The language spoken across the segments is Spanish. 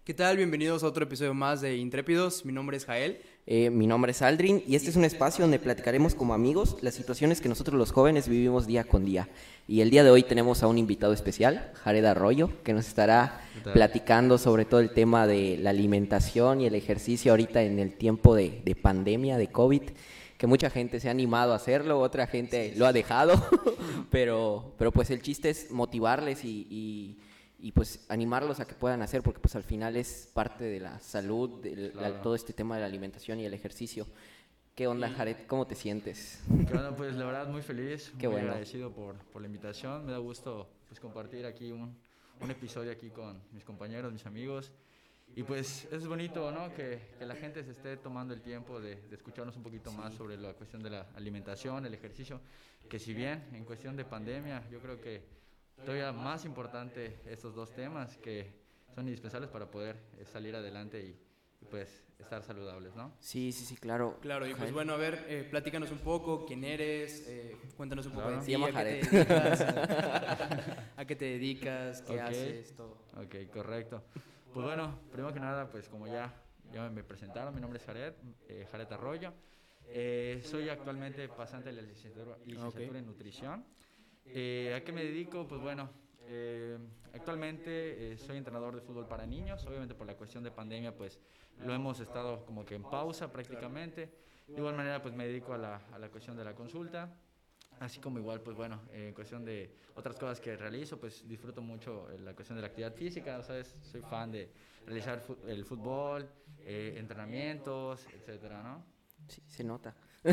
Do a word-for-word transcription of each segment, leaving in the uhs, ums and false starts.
¿Qué tal? Bienvenidos a otro episodio más de Intrépidos. Mi nombre es Jael. Eh, mi nombre es Aldrin y este es un espacio donde platicaremos como amigos las situaciones que nosotros los jóvenes vivimos día con día. Y el día de hoy tenemos a un invitado especial, Jared Arroyo, que nos estará platicando sobre todo el tema de la alimentación y el ejercicio ahorita en el tiempo de, de pandemia, de COVID, que mucha gente se ha animado a hacerlo, otra gente lo ha dejado, pero, pero pues el chiste es motivarles y... y y pues animarlos a que puedan hacer, porque pues al final es parte de la salud, de Claro. la, todo este tema de la alimentación y el ejercicio. ¿Qué onda, Jared? ¿Cómo te sientes? ¿Qué onda? Pues la verdad muy feliz, Qué muy bueno. agradecido por, por la invitación. Me da gusto pues compartir aquí un, un episodio aquí con mis compañeros, mis amigos. Y pues es bonito, ¿no? Que, que la gente se esté tomando el tiempo de, de escucharnos un poquito más sobre la cuestión de la alimentación, el ejercicio. Que si bien en cuestión de pandemia, yo creo que todavía más importante estos dos temas que son indispensables para poder eh, salir adelante y, y pues estar saludables, ¿no? Sí, sí, sí, claro. Claro, y pues Jared. bueno, a ver, eh, platícanos un poco, quién eres, eh, cuéntanos un poco Claro. de Se ti, llama a qué Jared. te dedicas, a qué te dedicas, qué Ok. haces, todo. Ok, correcto. Pues bueno, primero que nada, pues como ya, ya me presentaron, mi nombre es Jared, eh, Jared Arroyo. Eh, soy actualmente pasante de la licenciatura, licenciatura Ok. en nutrición. Eh, ¿A qué me dedico? Pues bueno, eh, actualmente eh, soy entrenador de fútbol para niños. Obviamente por la cuestión de pandemia, pues lo hemos estado como que en pausa prácticamente. De igual manera, pues me dedico a la, a la cuestión de la consulta. Así como igual, pues bueno, eh, en cuestión de otras cosas que realizo, pues disfruto mucho eh, la cuestión de la actividad física, ¿sabes? Soy fan de realizar fu- el fútbol, eh, entrenamientos, etcétera, ¿no? Sí, se nota. Se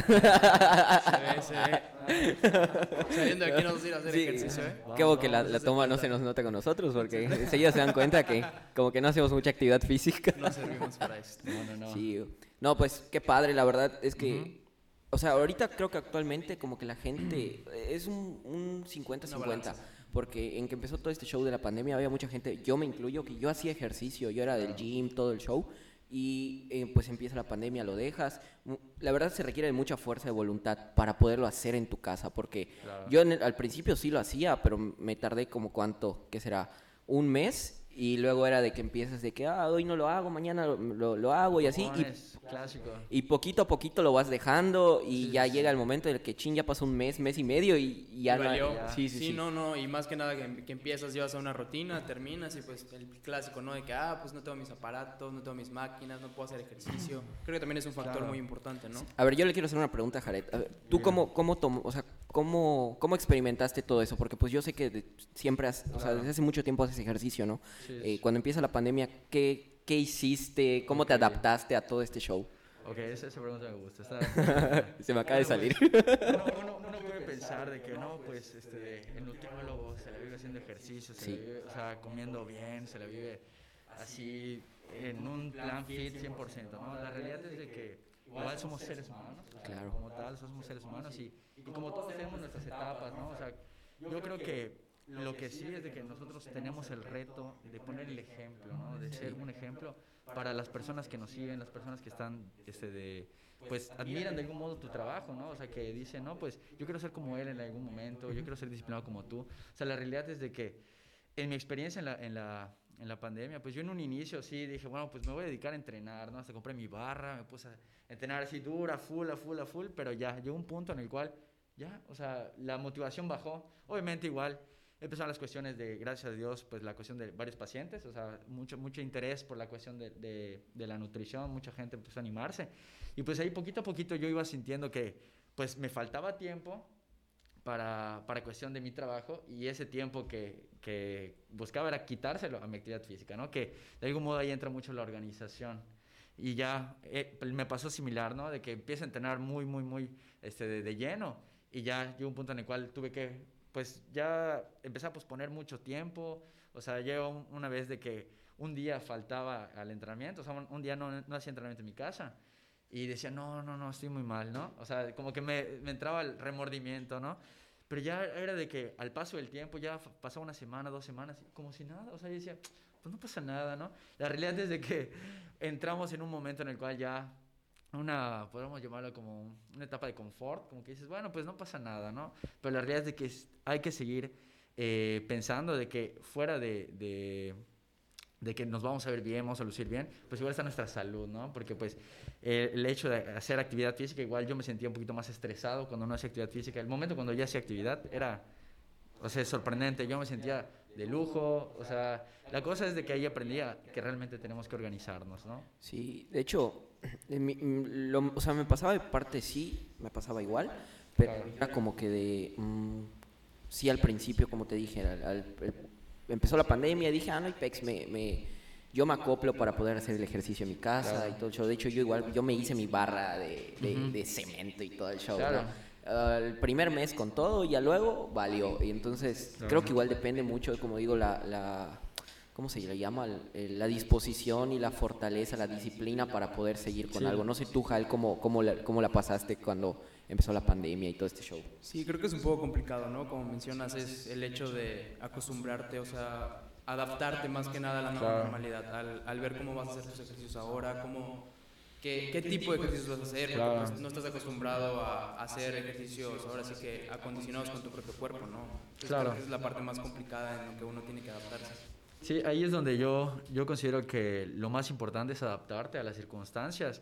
ve, se ve. Saliendo de aquí nos vamos a ir a hacer Sí, ejercicio, ¿eh? Qué como que la, vamos, la se toma no cuenta. se nos nota con nosotros, porque enseguida se dan cuenta que como que no hacemos mucha actividad física. No servimos para esto. No, no, no. Sí, no, pues qué padre, la verdad es que, o sea, ahorita creo que actualmente como que la gente es un, un cincuenta cincuenta, balanza. porque en que empezó todo este show de la pandemia había mucha gente, yo me incluyo, que yo hacía ejercicio, yo era del gym, todo el show, y eh, pues empieza la pandemia, lo dejas. Mu- La verdad se requiere de mucha fuerza de voluntad para poderlo hacer en tu casa, porque Claro. yo en el- al principio sí lo hacía, pero me tardé como cuánto, ¿qué será? Un mes. Y luego era de que empiezas de que, ah, hoy no lo hago, mañana lo, lo- lo hago y así. Y, Cojones, clásico. y poquito a poquito lo vas dejando y Sí, ya sí, llega sí. el momento en el que chin, ya pasó un mes, mes y medio y, y ya Y no hay- valió. ya. Sí, sí, sí. no, no, y más que nada que, que empiezas, llevas a una rutina, terminas y pues el clásico, ¿no? De que, ah, pues no tengo mis aparatos, no tengo mis máquinas, no puedo hacer ejercicio. Creo que también es un factor Claro. muy importante, ¿no? A ver, yo le quiero hacer una pregunta a Jared. A ver, ¿tú cómo, cómo, tomo- o sea, cómo, cómo experimentaste todo eso? Porque pues yo sé que de- siempre has, o sea, Claro. desde hace mucho tiempo haces ejercicio, ¿no? Sí, Eh, sí. cuando empieza la pandemia, ¿qué, qué hiciste? ¿Cómo te Ok. adaptaste a todo este show? Ok, esa, esa pregunta me gusta. Está, Se me acaba de Bueno, salir. pues, uno, uno- uno puede pensar de que no, pues este, el nutriólogo se la vive haciendo ejercicio, se Sí. la vive, o sea, comiendo bien, se la vive así en un plan fit cien por ciento, ¿no? La realidad es de que igual somos seres humanos, o sea, Claro. como tal somos seres humanos y, y como todos tenemos nuestras etapas, ¿no? O sea, yo creo que lo que sí es de que nosotros tenemos el reto de poner el ejemplo, ¿no? De ser un ejemplo para las personas que nos siguen, las personas que están, este, de, pues, admiran de algún modo tu trabajo, ¿no? O sea, que dicen, no, pues, yo quiero ser como él en algún momento, yo quiero ser disciplinado como tú. O sea, la realidad es de que, en mi experiencia en la, en la, en la pandemia, pues yo en un inicio sí dije, bueno, pues me voy a dedicar a entrenar, ¿no? Hasta compré mi barra, me puse a entrenar así dura, full, a full, a full, pero ya llegó un punto en el cual, ya, o sea, la motivación bajó. Obviamente igual empezaron las cuestiones de, gracias a Dios, pues la cuestión de varios pacientes, o sea, mucho, mucho interés por la cuestión de, de, de la nutrición, mucha gente empezó a animarse. Y pues ahí poquito a poquito yo iba sintiendo que pues me faltaba tiempo para, para cuestión de mi trabajo y ese tiempo que, que buscaba era quitárselo a mi actividad física, ¿no? Que de algún modo ahí entra mucho la organización. Y ya eh, me pasó similar, ¿no? De que empiezo a entrenar muy, muy, muy este, de, de lleno y ya llegó un punto en el cual tuve que pues ya empecé a posponer mucho tiempo, o sea, llegó un, una vez de que un día faltaba al entrenamiento, o sea, un, un día no, no hacía entrenamiento en mi casa, y decía, no, no, no, estoy muy mal, ¿no? O sea, como que me, me entraba el remordimiento, ¿no? Pero ya era de que al paso del tiempo, ya pasaba una semana, dos semanas, como si nada, o sea, yo decía, pues no pasa nada, ¿no? La realidad es de que entramos en un momento en el cual ya una, podemos llamarlo como una etapa de confort, como que dices, bueno, pues no pasa nada, ¿no? Pero la realidad es de que hay que seguir eh, pensando de que fuera de, de, de que nos vamos a ver bien, vamos a lucir bien, pues igual está nuestra salud, ¿no? Porque pues eh, el hecho de hacer actividad física, igual yo me sentía un poquito más estresado cuando no hacía actividad física. El momento cuando ya hacía actividad era, o sea, sorprendente, yo me sentía de lujo, o sea, la cosa es de que ahí aprendía que realmente tenemos que organizarnos, ¿no? Sí, de hecho, en mi- mm, lo- o sea, me pasaba de parte sí, me pasaba igual, pero Claro. era como que de, mm, sí al principio, como te dije, al- al- el- empezó la pandemia, dije, ah, no hay pex, me, me, yo me acoplo para poder hacer el ejercicio en mi casa Claro. y todo el show. De hecho, yo igual, yo me hice mi barra de, de, Ujú. de cemento y todo el show, Claro. ¿no? Ah, el primer mes con todo y ya luego valió. Y entonces Claro. creo que igual depende mucho, como digo, la, la ¿cómo se le llama? El- el- la disposición y la fortaleza, la disciplina para poder seguir con Sí. algo. No sé tú, Jael, cómo, cómo, la, cómo la pasaste cuando empezó la pandemia y todo este show. Sí, creo que es un poco complicado, ¿no? Como mencionas, es el hecho de acostumbrarte, o sea, adaptarte más que nada a la nueva Claro. normalidad, al, al ver cómo vas a hacer tus ejercicios ahora, cómo, qué, qué tipo de ejercicios vas a hacer, porque Claro. pues, no estás acostumbrado a hacer ejercicios ahora sí que acondicionados con tu propio cuerpo, ¿no? Entonces, Claro. creo que es la parte más complicada en lo que uno tiene que adaptarse. Sí, ahí es donde yo, yo considero que lo más importante es adaptarte a las circunstancias.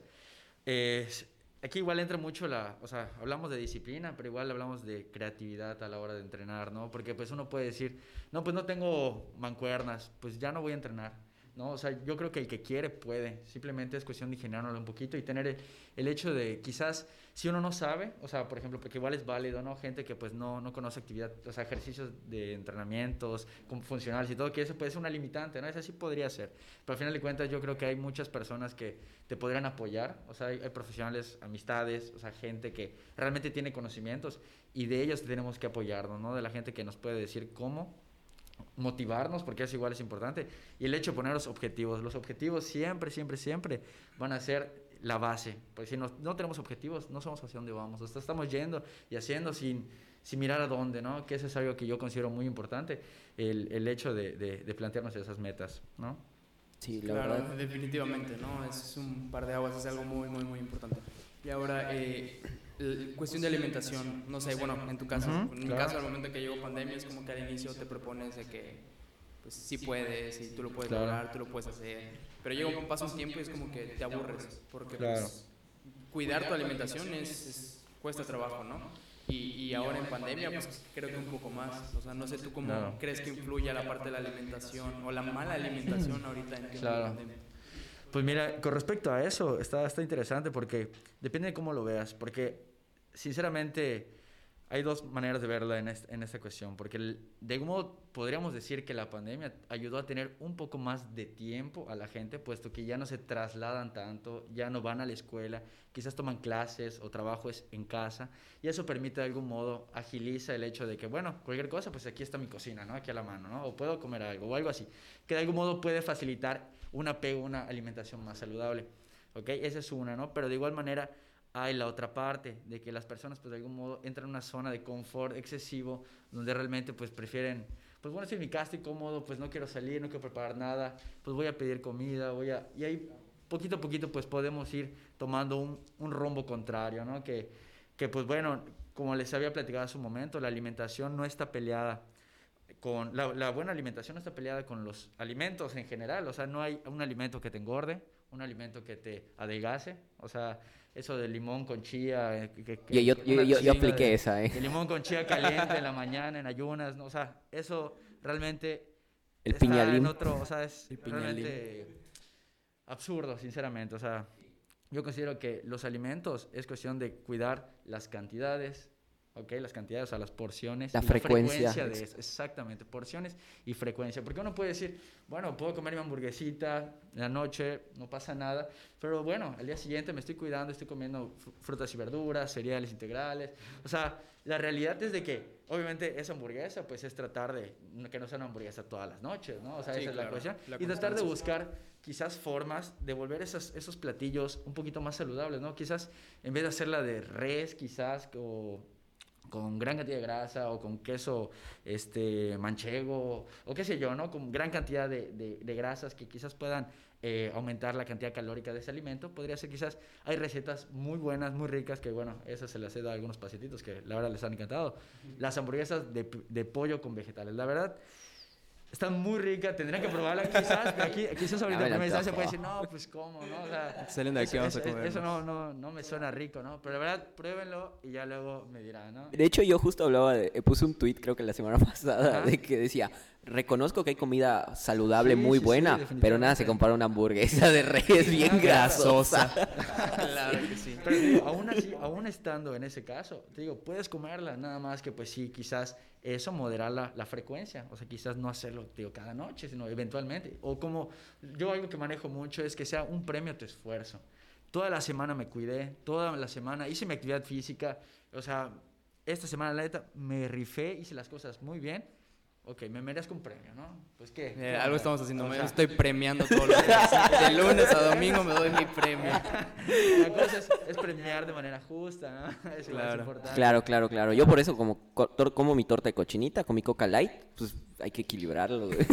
Eh, aquí igual entra mucho la, o sea, hablamos de disciplina, pero igual hablamos de creatividad a la hora de entrenar, ¿no? Porque pues uno puede decir, no, pues no tengo mancuernas, pues ya no voy a entrenar, ¿no? O sea, yo creo que el que quiere puede, simplemente es cuestión de ingeniárnoslo un poquito y tener el, el hecho de quizás, si uno no sabe, o sea, por ejemplo, porque igual es válido, ¿no? Gente que pues no, no conoce actividad, o sea, ejercicios de entrenamientos como funcionales y todo, que eso puede ser una limitante, ¿no? Esa sí podría ser, pero al final de cuentas yo creo que hay muchas personas que te podrían apoyar, o sea, hay, hay profesionales, amistades, o sea, gente que realmente tiene conocimientos y de ellos tenemos que apoyarnos, ¿no? De la gente que nos puede decir cómo motivarnos, porque eso igual es importante, y el hecho de poner los objetivos. Los objetivos siempre, siempre, siempre van a ser la base, porque si no, no tenemos objetivos, no sabemos hacia dónde vamos, o sea, estamos yendo y haciendo sin, sin mirar a dónde, ¿no? Que eso es algo que yo considero muy importante, el, el hecho de, de, de plantearnos esas metas, ¿no? Sí, la Claro, verdad. definitivamente, ¿no? Es un par de aguas, es algo muy, muy, muy importante. Y ahora, eh, el- cuestión de alimentación, no sé, bueno, en tu caso, Ujú, en mi claro. caso, al momento que llegó pandemia, es como que al inicio te propones de que, pues sí puedes, y tú lo puedes Claro. lograr, tú lo puedes hacer, pero llega un paso un tiempo y es como que te aburres, porque Claro. pues, cuidar tu alimentación es, es- cuesta trabajo, ¿no? Y, y ahora en pandemia, pues creo que un poco más, o sea, no sé tú cómo Claro. crees que influye la parte de la alimentación o la mala alimentación ahorita en tiempo Claro. de pandemia. Pues mira, con respecto a eso, está, está interesante porque depende de cómo lo veas, porque sinceramente hay dos maneras de verla en, est- en esta cuestión, porque el- de algún modo podríamos decir que la pandemia ayudó a tener un poco más de tiempo a la gente, puesto que ya no se trasladan tanto, ya no van a la escuela, quizás toman clases o trabajos en casa, y eso permite de algún modo, agiliza el hecho de que, bueno, cualquier cosa, pues aquí está mi cocina, ¿no? Aquí a la mano, ¿no? O puedo comer algo, o algo así, que de algún modo puede facilitar un apego, una alimentación más saludable, ¿ok? Esa es una, ¿no? Pero de igual manera hay la otra parte, de que las personas pues de algún modo entran en una zona de confort excesivo, donde realmente pues prefieren, pues bueno, estoy en mi casa, estoy cómodo, pues no quiero salir, no quiero preparar nada, pues voy a pedir comida, voy a... Y ahí poquito a poquito pues podemos ir tomando un, un rumbo contrario, ¿no? Que, que pues bueno, como les había platicado hace un momento, la alimentación no está peleada con la, la buena alimentación no está peleada con los alimentos en general, o sea, no hay un alimento que te engorde, un alimento que te adelgace, o sea, eso del limón con chía, eh, que, que- Yo, yo, una yo, yo, yo cocina apliqué de- esa, ¿eh? de limón con chía caliente en la mañana, en ayunas, ¿no? O sea, eso realmente El está piñalín. en otro, o sea, es El piñalín. realmente absurdo, sinceramente, o sea, yo considero que los alimentos es cuestión de cuidar las cantidades, ¿ok? Las cantidades, o sea, las porciones. La y frecuencia. de eso, exactamente, porciones y frecuencia. Porque uno puede decir, bueno, puedo comer mi hamburguesita en la noche, no pasa nada, pero bueno, al día siguiente me estoy cuidando, estoy comiendo fr- frutas y verduras, cereales integrales. O sea, la realidad es de que, obviamente, esa hamburguesa, pues es tratar de que no sea una hamburguesa todas las noches, ¿no? O sea, Sí, esa es la claro, cuestión. la Y tratar de constancia. buscar quizás formas de volver esos, esos platillos un poquito más saludables, ¿no? Quizás en vez de hacerla de res, quizás, o con gran cantidad de grasa o con queso este, manchego o qué sé yo, ¿no? Con gran cantidad de, de, de grasas que quizás puedan eh, aumentar la cantidad calórica de ese alimento. Podría ser quizás, hay recetas muy buenas, muy ricas, que bueno, esas se las he dado a algunos pacientitos que la verdad les han encantado. Las hamburguesas de, de pollo con vegetales, la verdad, está muy rica, tendrían que probarla quizás, pero aquí, quizás ahorita en primera instancia puede decir, no, pues cómo, ¿no? O sea, salen de aquí, eso, vamos a eso, comer. eso no, no, no me suena rico, ¿no? Pero la verdad, pruébenlo y ya luego me dirán, ¿no? De hecho, yo justo hablaba, de, puse un tweet creo que la semana pasada, Ajá. de que decía, reconozco que hay comida saludable Sí, muy sí, buena, sí, pero nada se compara a una hamburguesa de res bien Ah, grasosa. Claro que sí. Pero te digo, aún así, aún estando en ese caso, te digo, puedes comerla, nada más que pues sí, quizás eso moderar la, la frecuencia, o sea, quizás no hacerlo, te digo, cada noche, sino eventualmente. O como yo algo que manejo mucho es que sea un premio a tu esfuerzo. Toda la semana me cuidé, toda la semana hice mi actividad física, o sea, esta semana la neta me rifé, hice las cosas muy bien. Ok, me merezco un premio, ¿no? Pues qué. Eh, algo estamos haciendo. O Me sea, estoy premiando todos los días. De lunes a domingo me doy mi premio. La cosa es, es premiar de manera justa, ¿no? Eso Claro. es importante. Claro, claro, claro. Yo por eso como co- tor- como mi torta de cochinita con mi Coca Light, pues hay que equilibrarlo. güey.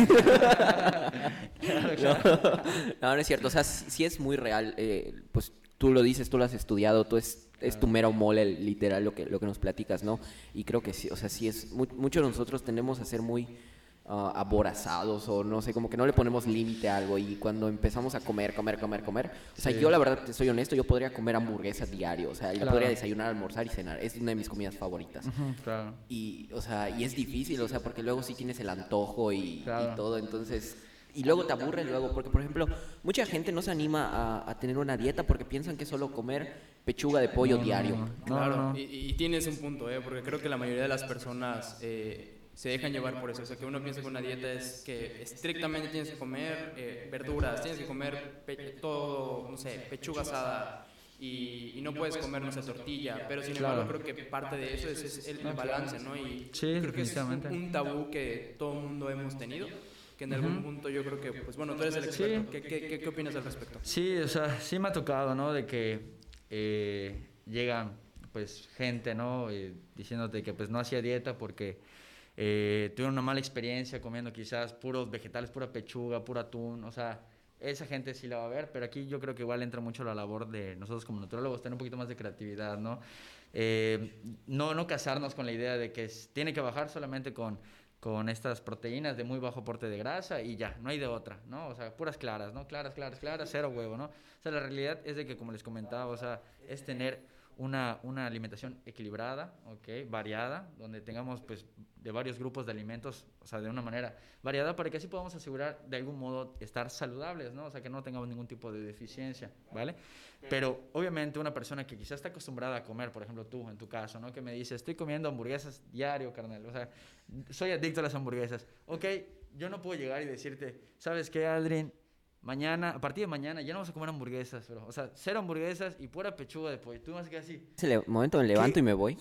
Claro, No, claro. no, no es cierto. O sea, sí, sí es muy real. eh, pues tú lo dices, tú lo has estudiado, tú es, es tu mero mole, literal, lo que, lo que nos platicas, ¿no? Y creo que sí, o sea, sí es... mu- muchos de nosotros tendemos a ser muy ah, aborazados o no sé, como que no le ponemos límite a algo y cuando empezamos a comer, comer, comer, comer... O sea, Sí. yo la verdad, te soy honesto, yo podría comer hamburguesas diario. O sea, yo Claro. podría desayunar, almorzar y cenar. Es una de mis comidas favoritas. Ujú, claro. Y, o sea, y es difícil, o sea, porque luego sí tienes el antojo y, Claro. y todo, entonces... Y luego te aburre luego, porque por ejemplo, mucha gente no se anima a, a tener una dieta porque piensan que es solo comer pechuga de pollo No, no, diario. no, no. Claro, No, no. Y, y tienes un punto, ¿eh? Porque creo que la mayoría de las personas eh, se dejan llevar por eso. O sea, que uno piensa que una dieta es que estrictamente tienes que comer eh, verduras, tienes que comer pe- todo, no sé, pechuga asada. Y, y no puedes comer, no sé, tortilla, pero sin Claro. embargo creo que parte de eso es, es el, el balance, ¿no? Y Sí, creo que es un, definitivamente. un tabú que todo el mundo hemos tenido, que en algún punto yo creo que, pues bueno, tú eres el Sí. experto, ¿qué, qué, qué, qué opinas al respecto? Sí, o sea, sí me ha tocado, ¿no? De que eh, llegan, pues, gente, ¿no? Eh, diciéndote que, pues, no hacía dieta porque eh, tuvieron una mala experiencia comiendo quizás puros vegetales, pura pechuga, puro atún, o sea, esa gente sí la va a ver, pero aquí yo creo que igual entra mucho la labor de nosotros como nutriólogos, tener un poquito más de creatividad, ¿no? Eh, no, no casarnos con la idea de que es- tiene que bajar solamente con, con estas proteínas de muy bajo aporte de grasa y ya, no hay de otra, ¿no? O sea, puras claras, ¿no? Claras, claras, claras, cero huevo, ¿no? O sea, la realidad es de que, como les comentaba, o sea, es tener una, una alimentación equilibrada, ¿ok? Variada, donde tengamos, pues, de varios grupos de alimentos, o sea, de una manera variada, para que así podamos asegurar, de algún modo, estar saludables, ¿no? O sea, que no tengamos ningún tipo de deficiencia, ¿vale? Pero, obviamente, una persona que quizás está acostumbrada a comer, por ejemplo, tú, en tu caso, ¿no? Que me dice, estoy comiendo hamburguesas diario, carnal, o sea, soy adicto a las hamburguesas. Ok, yo no puedo llegar y decirte, ¿sabes qué, Aldrin? Mañana, a partir de mañana ya no vamos a comer hamburguesas, bro. O sea, cero hamburguesas y pura pechuga de pollo. Tú vas a quedar así. Ese le- momento me levanto ¿Qué? y me voy.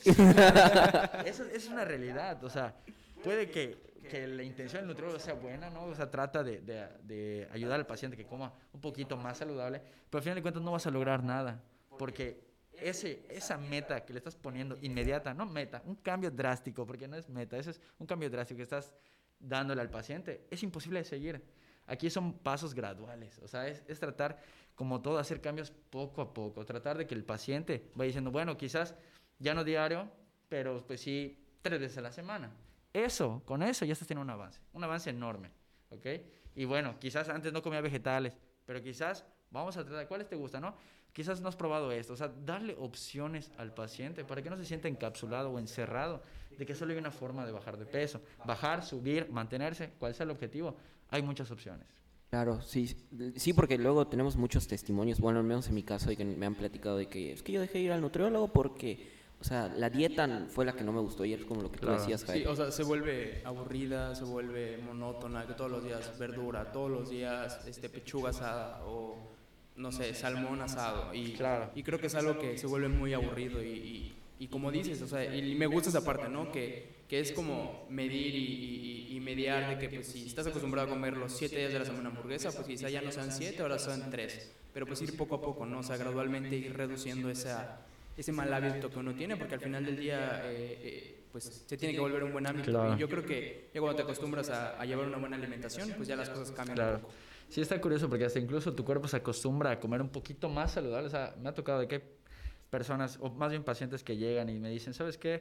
Eso es una realidad. O sea, puede que, que la intención del nutriólogo sea buena, ¿no? O sea, trata de, de, de ayudar al paciente que coma un poquito más saludable, pero al final de cuentas no vas a lograr nada. Porque ese, esa meta que le estás poniendo inmediata, no meta, un cambio drástico, porque no es meta, ese es un cambio drástico que estás dándole al paciente, es imposible de seguir. Aquí son pasos graduales, o sea, es, es tratar, como todo, hacer cambios poco a poco, tratar de que el paciente vaya diciendo, bueno, quizás ya no diario, pero pues sí, tres veces a la semana. Eso, con eso ya estás teniendo un avance, un avance enorme, ¿ok? Y bueno, quizás antes no comía vegetales, pero quizás vamos a tratar, ¿cuáles te gustan, no? Quizás no has probado esto, o sea, darle opciones al paciente para que no se sienta encapsulado o encerrado de que solo hay una forma de bajar de peso. Bajar, subir, mantenerse, cuál sea el objetivo, hay muchas opciones. Claro, sí, sí, porque luego tenemos muchos testimonios, bueno, al menos en mi caso, de que me han platicado de que es que yo dejé de ir al nutriólogo porque, o sea, la dieta fue la que no me gustó y es como lo que Claro. tú decías, Sí, Jair. o sea, se vuelve aburrida, se vuelve monótona, que todos los días verdura, todos los días este, pechuga asada o, no sé, salmón asado. Y, Claro. y creo que es algo que se vuelve muy aburrido y, y, y como dices, o sea, y me gusta esa parte, ¿no? Que, que es como medir y, y, y mediar de que pues si estás acostumbrado a comer los siete días de la semana hamburguesa, pues quizá ya no sean siete, ahora sean tres. Pero pues ir poco a poco, ¿no? O sea, gradualmente ir reduciendo esa, ese mal hábito que uno tiene, porque al final del día... Eh, eh, pues se tiene que volver un buen hábito. Claro. Y yo creo que ya cuando te acostumbras a, a llevar una buena alimentación, pues ya las cosas cambian Claro. un poco. Sí, está curioso porque hasta incluso tu cuerpo se acostumbra a comer un poquito más saludable. O sea, me ha tocado de que hay personas, o más bien pacientes que llegan y me dicen, ¿sabes qué?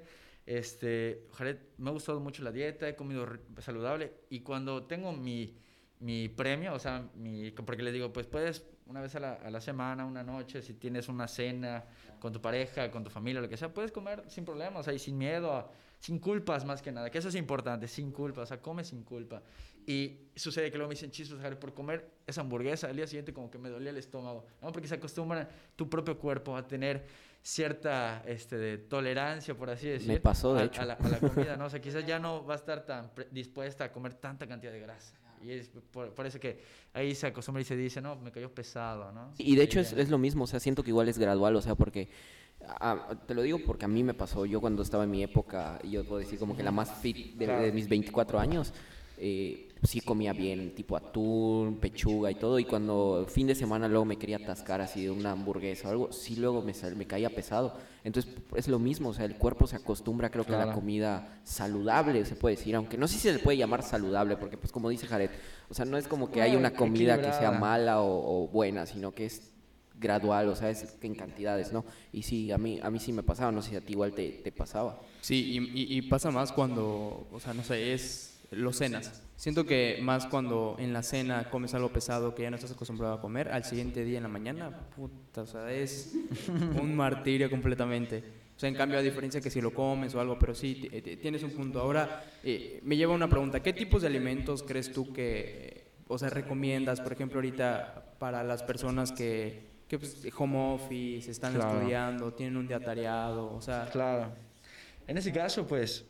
este, Jared, me ha gustado mucho la dieta, he comido saludable y cuando tengo mi, mi premio, o sea, mi, porque les digo, pues puedes una vez a la, a la semana, una noche, si tienes una cena con tu pareja, con tu familia, lo que sea, puedes comer sin problemas, o sea, y sin miedo, a, sin culpas más que nada, que eso es importante, sin culpa, o sea, come sin culpa. Y sucede que luego me dicen, chispas, Jared, por comer esa hamburguesa, al día siguiente como que me dolía el estómago, ¿no? Porque se acostumbra tu propio cuerpo a tener cierta este, de tolerancia, por así decir. Me pasó, de a, hecho. A la, a la comida, ¿no? O sea, quizás ya no va a estar tan pre- dispuesta a comer tanta cantidad de grasa. Y es por, por eso que ahí se acostumbra y se dice, no, me cayó pesado, ¿no? Y de Sí, hecho es, es lo mismo, o sea, siento que igual es gradual, o sea, porque, ah, te lo digo porque a mí me pasó, yo cuando estaba en mi época, y yo puedo decir como que la más fit de, de mis veinticuatro años, eh, sí comía bien, tipo atún, pechuga y todo, y cuando fin de semana luego me quería atascar así de una hamburguesa o algo, sí luego me, sal- me caía pesado. Entonces es lo mismo, o sea, el cuerpo se acostumbra creo que a la Claro. comida saludable, se puede decir, aunque no sé si se le puede llamar saludable, porque pues como dice Jared, o sea, no es como que hay una comida que sea Equilibrada. mala o, o buena, sino que es gradual, o sea, es en cantidades, ¿no? Y sí, a mí, a mí sí me pasaba, no sé si a ti igual te, te pasaba. Sí, y, y- y pasa más cuando, o sea, no sé, es los cenas. Siento que más cuando en la cena comes algo pesado que ya no estás acostumbrado a comer, al siguiente día en la mañana, puta, o sea, es un martirio completamente. O sea, en cambio, a diferencia que si lo comes o algo, pero sí, t- t- tienes un punto. Ahora, eh, me lleva a una pregunta, ¿qué tipos de alimentos crees tú que, o sea, recomiendas, por ejemplo, ahorita para las personas que, que pues, home office, están Claro. estudiando, tienen un día tareado, o sea... Claro. En ese caso, pues,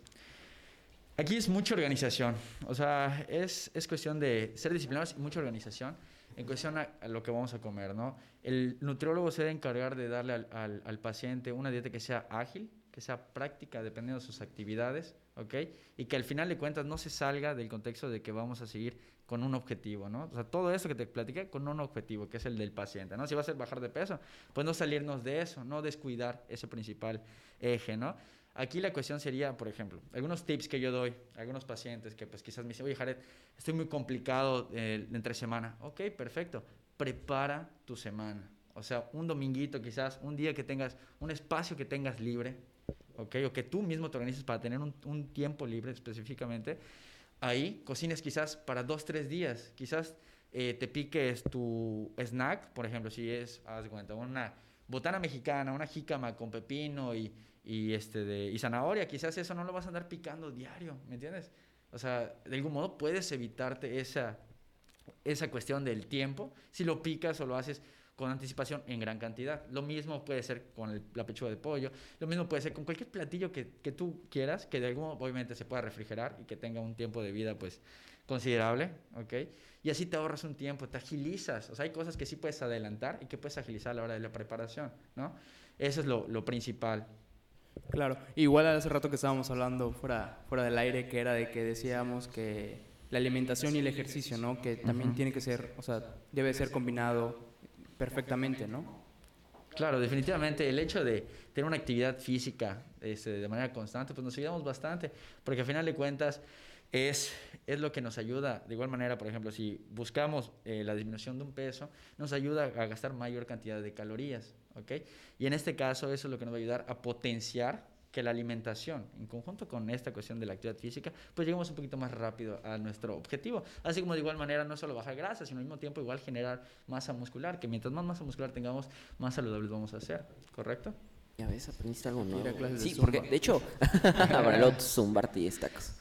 aquí es mucha organización. O sea, es, es cuestión de ser disciplinados y mucha organización en cuestión a, a lo que vamos a comer, ¿no? El nutriólogo se debe encargar de darle al, al, al paciente una dieta que sea ágil, que sea práctica dependiendo de sus actividades, ¿ok? Y que al final de cuentas no se salga del contexto de que vamos a seguir con un objetivo, ¿no? O sea, todo esto que te platiqué con un objetivo, que es el del paciente, ¿no? Si va a ser bajar de peso, pues no salirnos de eso, no descuidar ese principal eje, ¿no? Aquí la cuestión sería, por ejemplo, algunos tips que yo doy a algunos pacientes que pues quizás me dicen, oye Jared, estoy muy complicado eh, entre semana. Ok, perfecto, prepara tu semana. O sea, un dominguito quizás, un día que tengas, un espacio que tengas libre, ok, o que tú mismo te organices para tener un, un tiempo libre específicamente. Ahí cocines quizás para dos, tres días. Quizás eh, te piques tu snack, por ejemplo, si es, haz de cuenta, una botana mexicana, una jícama con pepino y, y, este de, y zanahoria. Quizás eso no lo vas a andar picando diario, ¿me entiendes? O sea, de algún modo puedes evitarte esa, esa cuestión del tiempo si lo picas o lo haces con anticipación en gran cantidad. Lo mismo puede ser con el, la pechuga de pollo, lo mismo puede ser con cualquier platillo que, que tú quieras, que de algún modo obviamente se pueda refrigerar y que tenga un tiempo de vida pues considerable, ¿ok? Y así te ahorras un tiempo, te agilizas, o sea, hay cosas que sí puedes adelantar y que puedes agilizar a la hora de la preparación, ¿no? Eso es lo, lo principal. Claro, igual hace rato que estábamos hablando fuera, fuera del aire, que era de que decíamos que la alimentación y el ejercicio, ¿no? Que también Ujú. tiene que ser, o sea, debe ser combinado perfectamente, ¿no? Claro, definitivamente el hecho de tener una actividad física este, de manera constante, pues nos ayudamos bastante, porque al final de cuentas es, es lo que nos ayuda. De igual manera, por ejemplo, si buscamos eh, la disminución de un peso, nos ayuda a gastar mayor cantidad de calorías, ¿ok? Y en este caso eso es lo que nos va a ayudar a potenciar que la alimentación, en conjunto con esta cuestión de la actividad física, pues lleguemos un poquito más rápido a nuestro objetivo. Así como de igual manera no solo bajar grasa, sino al mismo tiempo igual generar masa muscular, que mientras más masa muscular tengamos, más saludables vamos a ser, ¿correcto? Ya ves, aprendiste algo nuevo. Ir a clases de Sí, Zumba. porque de hecho, para luego zumbarte y estacos.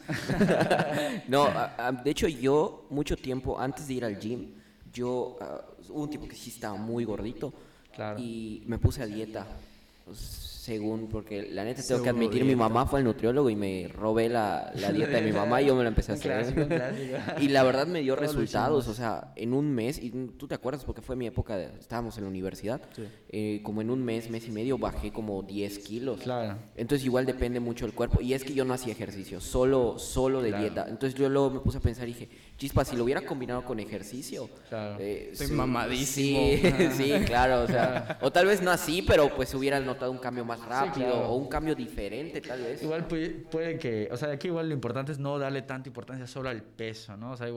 No, a- a- de hecho yo mucho tiempo antes de ir al gym, yo ah, hubo un tiempo que sí estaba muy gordito Claro. y me puse a dieta. Pues, según, porque la neta tengo que Pseudo admitir, mi dieta. mamá fue al nutriólogo y me robé la, la dieta de mi mamá y yo me la empecé a Un hacer. clásico, un clásico. Y la verdad me dio Todos lo resultados, hicimos. o sea, en un mes, y tú te acuerdas porque fue mi época, de- estábamos en la universidad, Sí. eh, como en un mes, mes y medio bajé como diez kilos. Claro. Entonces igual depende mucho del cuerpo. Y es que yo no hacía ejercicio, solo, solo de Claro. dieta. Entonces yo luego me puse a pensar y dije, chispa, si lo hubiera combinado con ejercicio. Claro. eh, Estoy sí, mamadísimo. Sí, sí, claro. O sea, o tal vez no así, pero pues hubiera notado un cambio más rápido claro. o un cambio diferente, tal vez. Igual puede, puede que, o sea, aquí igual lo importante es no darle tanta importancia solo al peso, ¿no? O sea, igual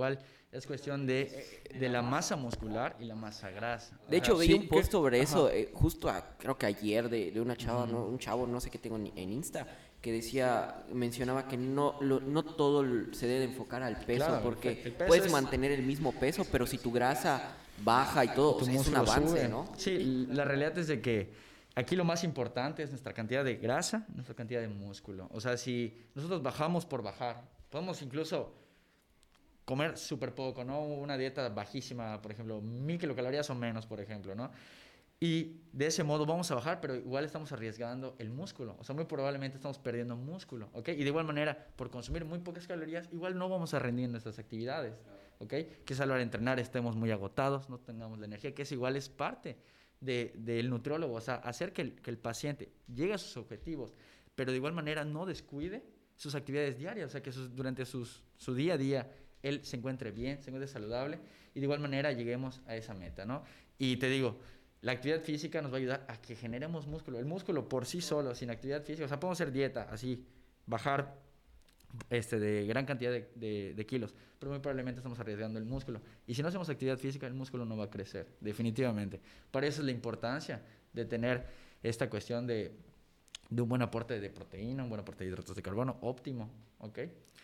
es cuestión de, de la masa muscular y la masa grasa. De hecho, Ajá, vi sí, un post que- sobre ajá. eso, eh, justo a- creo que ayer, de, de una chava, ¿no? Un chavo, no sé qué tengo en, en Insta, que decía, mencionaba que no, lo- no todo l- se debe enfocar al peso, Claro, porque el peso puedes es- mantener el mismo peso, pero si tu grasa baja y todo, tu o sea, es un músculo avance, sube. ¿no? Sí, la realidad es de que aquí lo más importante es nuestra cantidad de grasa, nuestra cantidad de músculo. O sea, si nosotros bajamos por bajar, podemos incluso comer súper poco, ¿no? Una dieta bajísima, por ejemplo, mil kilocalorías o menos, por ejemplo, ¿no? Y de ese modo vamos a bajar, pero igual estamos arriesgando el músculo. O sea, muy probablemente estamos perdiendo músculo, ¿ok? Y de igual manera, por consumir muy pocas calorías, igual no vamos a rendir en nuestras actividades, ¿ok? Quizá a la hora de entrenar estemos muy agotados, no tengamos la energía, que es igual es parte de, del nutriólogo. O sea, hacer que el, que el paciente llegue a sus objetivos, pero de igual manera no descuide sus actividades diarias. O sea, que sus, durante sus, su día a día él se encuentre bien, se encuentre saludable y de igual manera lleguemos a esa meta, ¿no? Y te digo, la actividad física nos va a ayudar a que generemos músculo. El músculo por sí solo, sin actividad física, o sea, podemos hacer dieta, así, bajar este, de gran cantidad de, de, de kilos, pero muy probablemente estamos arriesgando el músculo. Y si no hacemos actividad física, el músculo no va a crecer, definitivamente. Para eso es la importancia de tener esta cuestión de, de un buen aporte de proteína, un buen aporte de hidratos de carbono óptimo, ¿ok?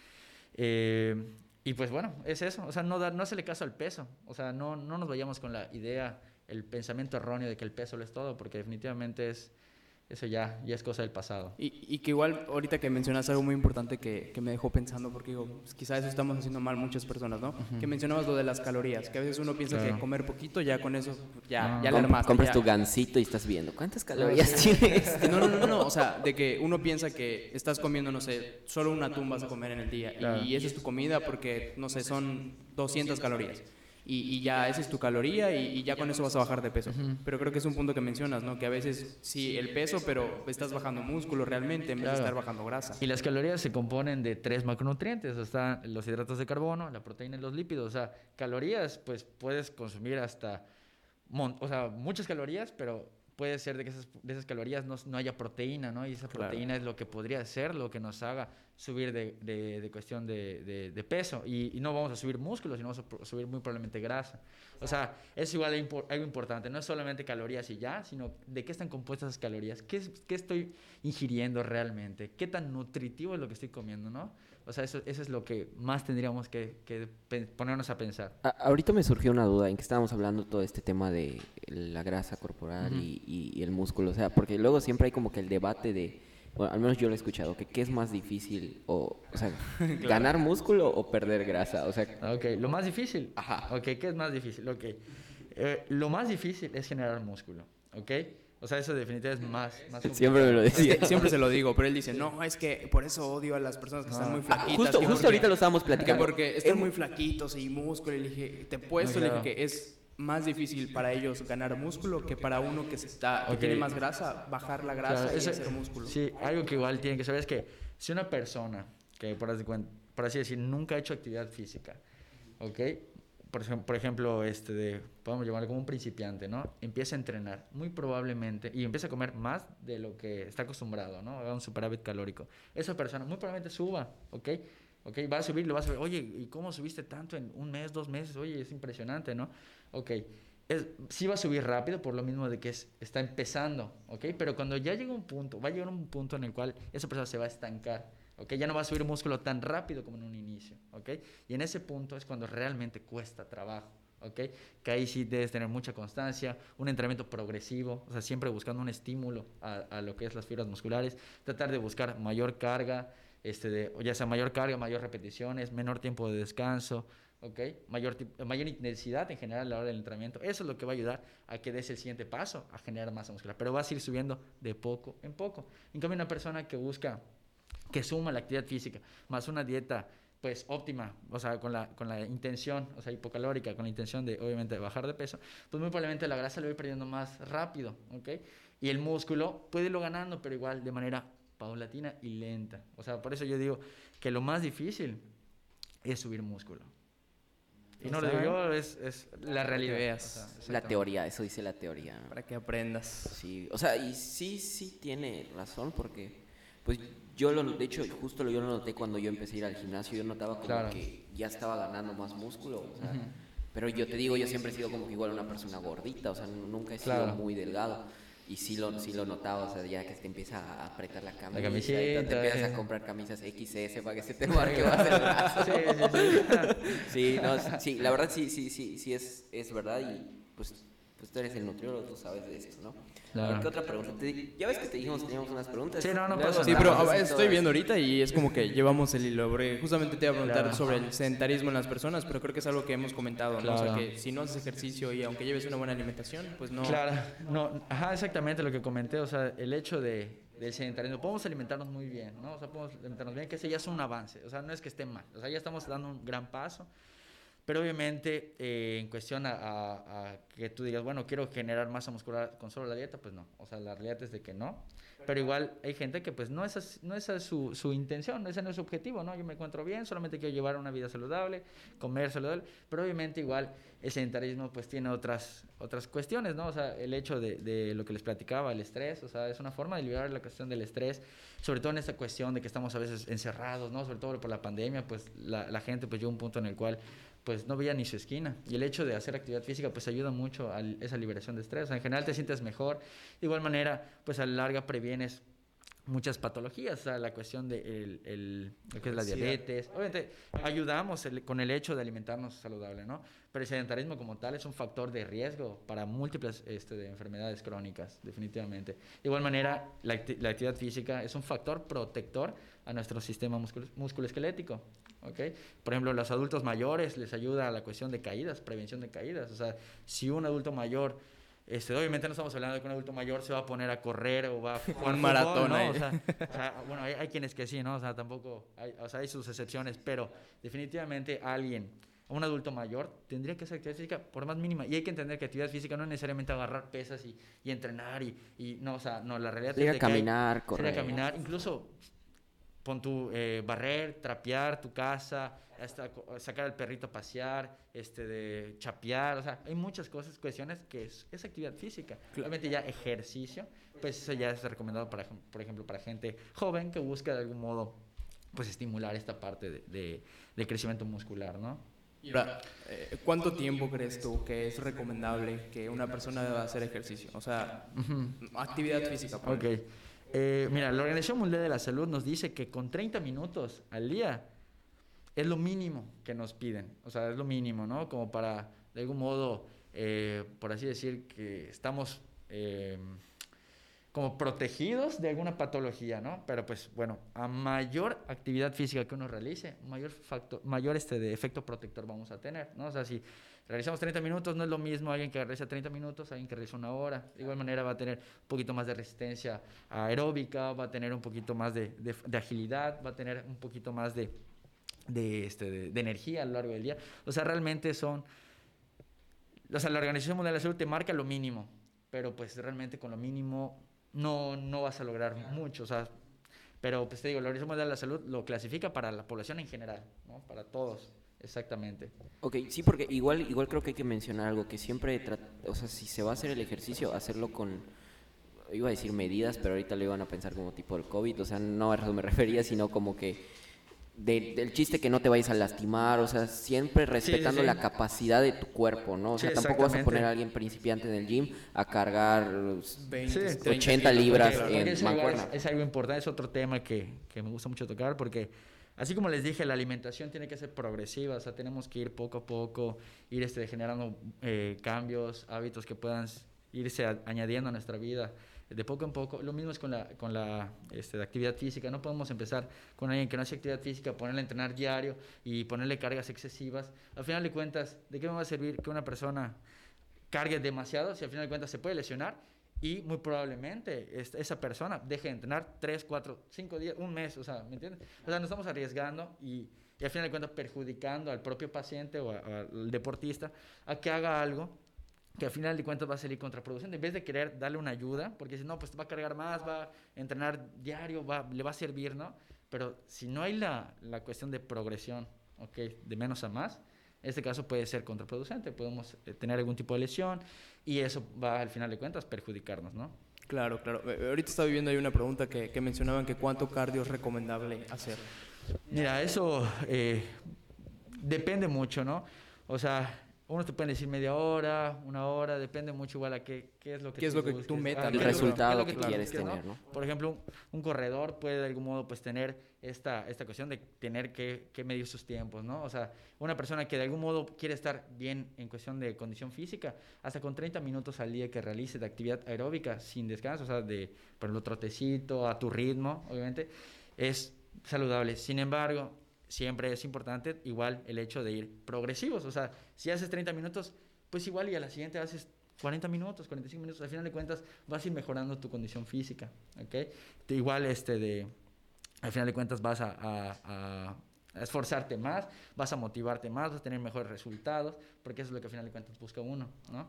Eh, y pues bueno, es eso, o sea, no, dar, no hacerle caso al peso, o sea, no, no nos vayamos con la idea, el pensamiento erróneo de que el peso lo es todo, porque definitivamente es, eso ya, ya es cosa del pasado. Y, y que igual ahorita que mencionas algo muy importante que, que me dejó pensando, porque digo, pues, quizás eso estamos haciendo mal muchas personas, ¿no? Uh-huh. Que mencionabas lo de las calorías, que a veces uno piensa claro. que comer poquito ya con eso ya, no. ya Com- le armaste. Compras ya. tu gansito y estás viendo cuántas calorías no, sí. tienes. No, no, no, no, no, o sea, de que uno piensa que estás comiendo, no sé, solo un atún vas a comer en el día claro. y, y esa es tu comida porque, no sé, son doscientas calorías. Y, y ya esa es tu caloría y, y ya con eso vas a bajar de peso. Uh-huh. Pero creo que es un punto que mencionas, ¿no? Que a veces sí el peso, pero estás bajando músculo realmente en vez claro. de estar bajando grasa. Y las calorías se componen de tres macronutrientes, o sea, los hidratos de carbono, la proteína y los lípidos. O sea, calorías, pues puedes consumir hasta, mon- o sea, muchas calorías, pero puede ser de que esas, de esas calorías no, no haya proteína, ¿no? Y esa claro. proteína es lo que podría ser lo que nos haga subir de, de, de cuestión de, de, de peso. Y, y no vamos a subir músculos, sino vamos a subir muy probablemente grasa. O sea, es igual algo importante. No es solamente calorías y ya, sino de qué están compuestas esas calorías. ¿Qué, es, qué estoy ingiriendo realmente? ¿Qué tan nutritivo es lo que estoy comiendo, no? O sea, eso, eso es lo que más tendríamos que, que ponernos a pensar. A, ahorita me surgió una duda en que estábamos hablando todo este tema de la grasa corporal uh-huh. y, y, y el músculo. O sea, porque luego siempre hay como que el debate de, bueno, al menos yo lo he escuchado, que qué es más difícil, o, o sea, claro. ganar músculo o perder grasa. O sea, ok, lo más difícil. Ajá. Ok, ¿qué es más difícil? Ok, eh, lo más difícil es generar músculo, ¿ok? O sea, eso definitivamente es más, más siempre me lo decía. Es que siempre se lo digo, pero él dice, no, es que por eso odio a las personas que no. están muy flaquitas. Ah, justo que justo porque, ahorita lo estábamos platicando. Que porque están muy flaquitos y músculo. Y le dije, te puesto, no, claro. le dije que es más difícil para ellos ganar músculo que para uno que, está, que okay. tiene más grasa, bajar la grasa claro, y eso, hacer músculo. Sí, algo que igual tienen que saber es que si una persona que, por así, por así decir, nunca ha hecho actividad física, ¿ok? Por ejemplo, por ejemplo este de, podemos llamarlo como un principiante, ¿no? Empieza a entrenar, muy probablemente, y empieza a comer más de lo que está acostumbrado, ¿no? Haga un superávit calórico. Esa persona muy probablemente suba, ¿ok? ¿Ok? Va a subir, lo va a subir. Oye, ¿y cómo subiste tanto en un mes, dos meses? Oye, es impresionante, ¿no? Ok. Es, sí va a subir rápido por lo mismo de que es, está empezando, ¿ok? Pero cuando ya llega un punto, va a llegar un punto en el cual esa persona se va a estancar. ¿Okay? Ya no va a subir músculo tan rápido como en un inicio, ¿okay? Y en ese punto es cuando realmente cuesta trabajo, ¿okay? Que ahí sí debes tener mucha constancia, un entrenamiento progresivo, o sea, siempre buscando un estímulo a, a lo que es las fibras musculares, tratar de buscar mayor carga, este de, ya sea mayor carga, mayor repeticiones, menor tiempo de descanso, ¿okay? Mayor, mayor intensidad en general a la hora del entrenamiento. Eso es lo que va a ayudar a que des el siguiente paso, a generar masa muscular, pero vas a ir subiendo de poco en poco. En cambio, una persona que busca que suma la actividad física, más una dieta pues óptima, o sea, con la, con la intención, o sea, hipocalórica, con la intención de, obviamente, de bajar de peso, pues muy probablemente la grasa la voy perdiendo más rápido, ¿ok? Y el músculo puede irlo ganando, pero igual de manera paulatina y lenta. O sea, por eso yo digo que lo más difícil es subir músculo. Y no lo digo yo, es, es la realidad. Veas. O sea, la teoría, eso dice la teoría. Para que aprendas. Sí, o sea, y sí, sí tiene razón, porque Pues yo lo, de hecho, justo lo, yo lo noté cuando yo empecé a ir al gimnasio, yo notaba como Claro. que ya estaba ganando más músculo, o sea, pero yo te digo, yo siempre he sido como que igual una persona gordita, o sea, nunca he sido Claro. muy delgado. Y sí lo, sí lo notaba, o sea, ya que te empieza a apretar la camisa, camiseta, y te empiezas eh. a comprar camisas equis ese para que se te marque más el brazo. Sí, sí, sí. Sí, no, sí, la verdad sí, sí, sí, sí es, es verdad y pues, pues tú eres el nutriólogo, tú sabes de esto, ¿no? Claro. A ver, ¿qué otra pregunta? Te- ya ves que te dijimos que teníamos unas preguntas. Sí, no, no Luego pasa Sí, nada. pero hablamos a ver, de todo estoy eso. viendo ahorita y es como que llevamos el hilo, porque justamente te iba a preguntar Claro. sobre el sedentarismo en las personas, pero creo que es algo que hemos comentado, ¿no? O sea, Claro. que si no haces ejercicio y aunque lleves una buena alimentación, pues no... Claro, no, ajá, exactamente lo que comenté, o sea, el hecho de, del sedentarismo, podemos alimentarnos muy bien, ¿no? O sea, podemos alimentarnos bien, que ese ya es un avance, o sea, no es que esté mal, o sea, ya estamos dando un gran paso, pero obviamente eh, en cuestión a, a, a que tú digas, bueno, quiero generar masa muscular con solo la dieta, pues no, o sea, la realidad es de que no, pero igual hay gente que pues no esa es, no esa es su, su intención, ese no es su objetivo, ¿no? Yo me encuentro bien, solamente quiero llevar una vida saludable, comer saludable, pero obviamente igual el sedentarismo pues tiene otras, otras cuestiones, ¿no? O sea, el hecho de, de lo que les platicaba, el estrés, o sea, es una forma de liberar la cuestión del estrés, sobre todo en esta cuestión de que estamos a veces encerrados, ¿no? Sobre todo por la pandemia, pues la, la gente pues llegó a un punto en el cual pues no veía ni su esquina, y el hecho de hacer actividad física pues ayuda mucho a esa liberación de estrés, o sea, en general te sientes mejor, de igual manera pues a la larga previenes muchas patologías, o sea, la cuestión de el, el, lo que es la diabetes, obviamente ayudamos el, con el hecho de alimentarnos saludable, ¿no? Pero el sedentarismo como tal es un factor de riesgo para múltiples este, de enfermedades crónicas, definitivamente. De igual manera, la, la actividad física es un factor protector a nuestro sistema muscul musculoesquelético. ¿Okay? Por ejemplo, los adultos mayores les ayuda a la cuestión de caídas, prevención de caídas. O sea, si un adulto mayor, este, obviamente no estamos hablando de que un adulto mayor se va a poner a correr o va a jugar un fútbol, maratón, ¿no? ahí. O sea, o sea, bueno, hay, hay quienes que sí, ¿no? O sea, tampoco, hay, o sea, hay sus excepciones, pero definitivamente alguien, un adulto mayor, tendría que hacer actividad física por más mínima. Y hay que entender que actividad física no es necesariamente agarrar pesas y, y entrenar y, y, no, o sea, no, la realidad Salir es a de que caminar, hay, correr. salir a caminar, incluso pon tu eh, barrer, trapear tu casa, hasta sacar al perrito a pasear, este, de chapear, o sea, hay muchas cosas, cuestiones que es, es actividad física. Obviamente ya ejercicio, pues eso ya es recomendado, para, por ejemplo, para gente joven que busca de algún modo, pues estimular esta parte de, de, de crecimiento muscular, ¿no? Y ahora, eh, ¿cuánto tiempo crees tú que es recomendable que una persona deba hacer ejercicio? O sea, uh-huh. actividad física. Ok. Eh, mira, la Organización Mundial de la Salud nos dice que con treinta minutos al día es lo mínimo que nos piden. O sea, es lo mínimo, ¿no? Como para, de algún modo, eh, por así decir, que estamos eh, como protegidos de alguna patología, ¿no? Pero pues, bueno, a mayor actividad física que uno realice, mayor, factor, mayor este de efecto protector vamos a tener, ¿no? O sea, si realizamos treinta minutos, no es lo mismo alguien que realiza treinta minutos, alguien que realiza una hora. De igual manera va a tener un poquito más de resistencia aeróbica, va a tener un poquito más de, de, de agilidad, va a tener un poquito más de, de, este, de, de energía a lo largo del día. O sea, realmente son... O sea, la Organización Mundial de la Salud te marca lo mínimo, pero pues realmente con lo mínimo no, no vas a lograr mucho. O sea, pero pues te digo, la Organización Mundial de la Salud lo clasifica para la población en general, ¿no? Para todos. Exactamente. Ok, sí, porque igual igual creo que hay que mencionar algo, que siempre, o sea, si se va a hacer el ejercicio, hacerlo con, iba a decir medidas, pero ahorita lo iban a pensar como tipo el COVID, o sea, no a eso me refería, sino como que de, del chiste que no te vayas a lastimar, o sea, siempre respetando sí, sí, sí. la capacidad de tu cuerpo, ¿no? O sea, sí, tampoco vas a poner a alguien principiante en el gym a cargar veinte, sí, ochenta libras en es mancuerna. Algo, es, es algo importante, es otro tema que, que me gusta mucho tocar, porque así como les dije, la alimentación tiene que ser progresiva, o sea, tenemos que ir poco a poco, ir este, generando eh, cambios, hábitos que puedan irse a, añadiendo a nuestra vida de poco en poco. Lo mismo es con la, con la este, actividad física. No podemos empezar con alguien que no hace actividad física, ponerle a entrenar diario y ponerle cargas excesivas. Al final de cuentas, ¿de qué me va a servir que una persona cargue demasiado si al final de cuentas se puede lesionar? Y muy probablemente esa persona deje de entrenar tres, cuatro, cinco días, un mes, o sea, ¿me entiendes? O sea, nos estamos arriesgando y, y al final de cuentas perjudicando al propio paciente o a, a, al deportista a que haga algo que al final de cuentas va a salir contraproducente. En vez de querer darle una ayuda, porque si no, pues va a cargar más, va a entrenar diario, va, le va a servir, ¿no? Pero si no hay la, la cuestión de progresión, ¿ok? De menos a más, en este caso puede ser contraproducente, podemos eh, tener algún tipo de lesión y eso va al final de cuentas perjudicarnos, ¿no? Claro, claro. Eh, Ahorita estaba viendo ahí una pregunta que, que mencionaban que cuánto cardio es recomendable hacer. Mira, eso eh, depende mucho, ¿no? O sea, unos te pueden decir media hora, una hora, depende mucho igual a qué, qué es lo que ¿Qué es tú lo que busques. tu meta, Ah, no? El qué es lo resultado qué es lo que tú quieres busques, tener, ¿no? Por ejemplo, un, un corredor puede de algún modo pues tener esta, esta cuestión de tener que, que medir sus tiempos, ¿no? O sea, una persona que de algún modo quiere estar bien en cuestión de condición física, hasta con treinta minutos al día que realice de actividad aeróbica sin descanso, o sea, de, por ejemplo, trotecito, a tu ritmo, obviamente, es saludable. Sin embargo, siempre es importante igual el hecho de ir progresivos. O sea, si haces treinta minutos, pues igual y a la siguiente haces cuarenta minutos, cuarenta y cinco minutos. Al final de cuentas vas a ir mejorando tu condición física, ¿ok? Igual este de, al final de cuentas vas a, a, a esforzarte más, vas a motivarte más, vas a tener mejores resultados, porque eso es lo que al final de cuentas busca uno, ¿no?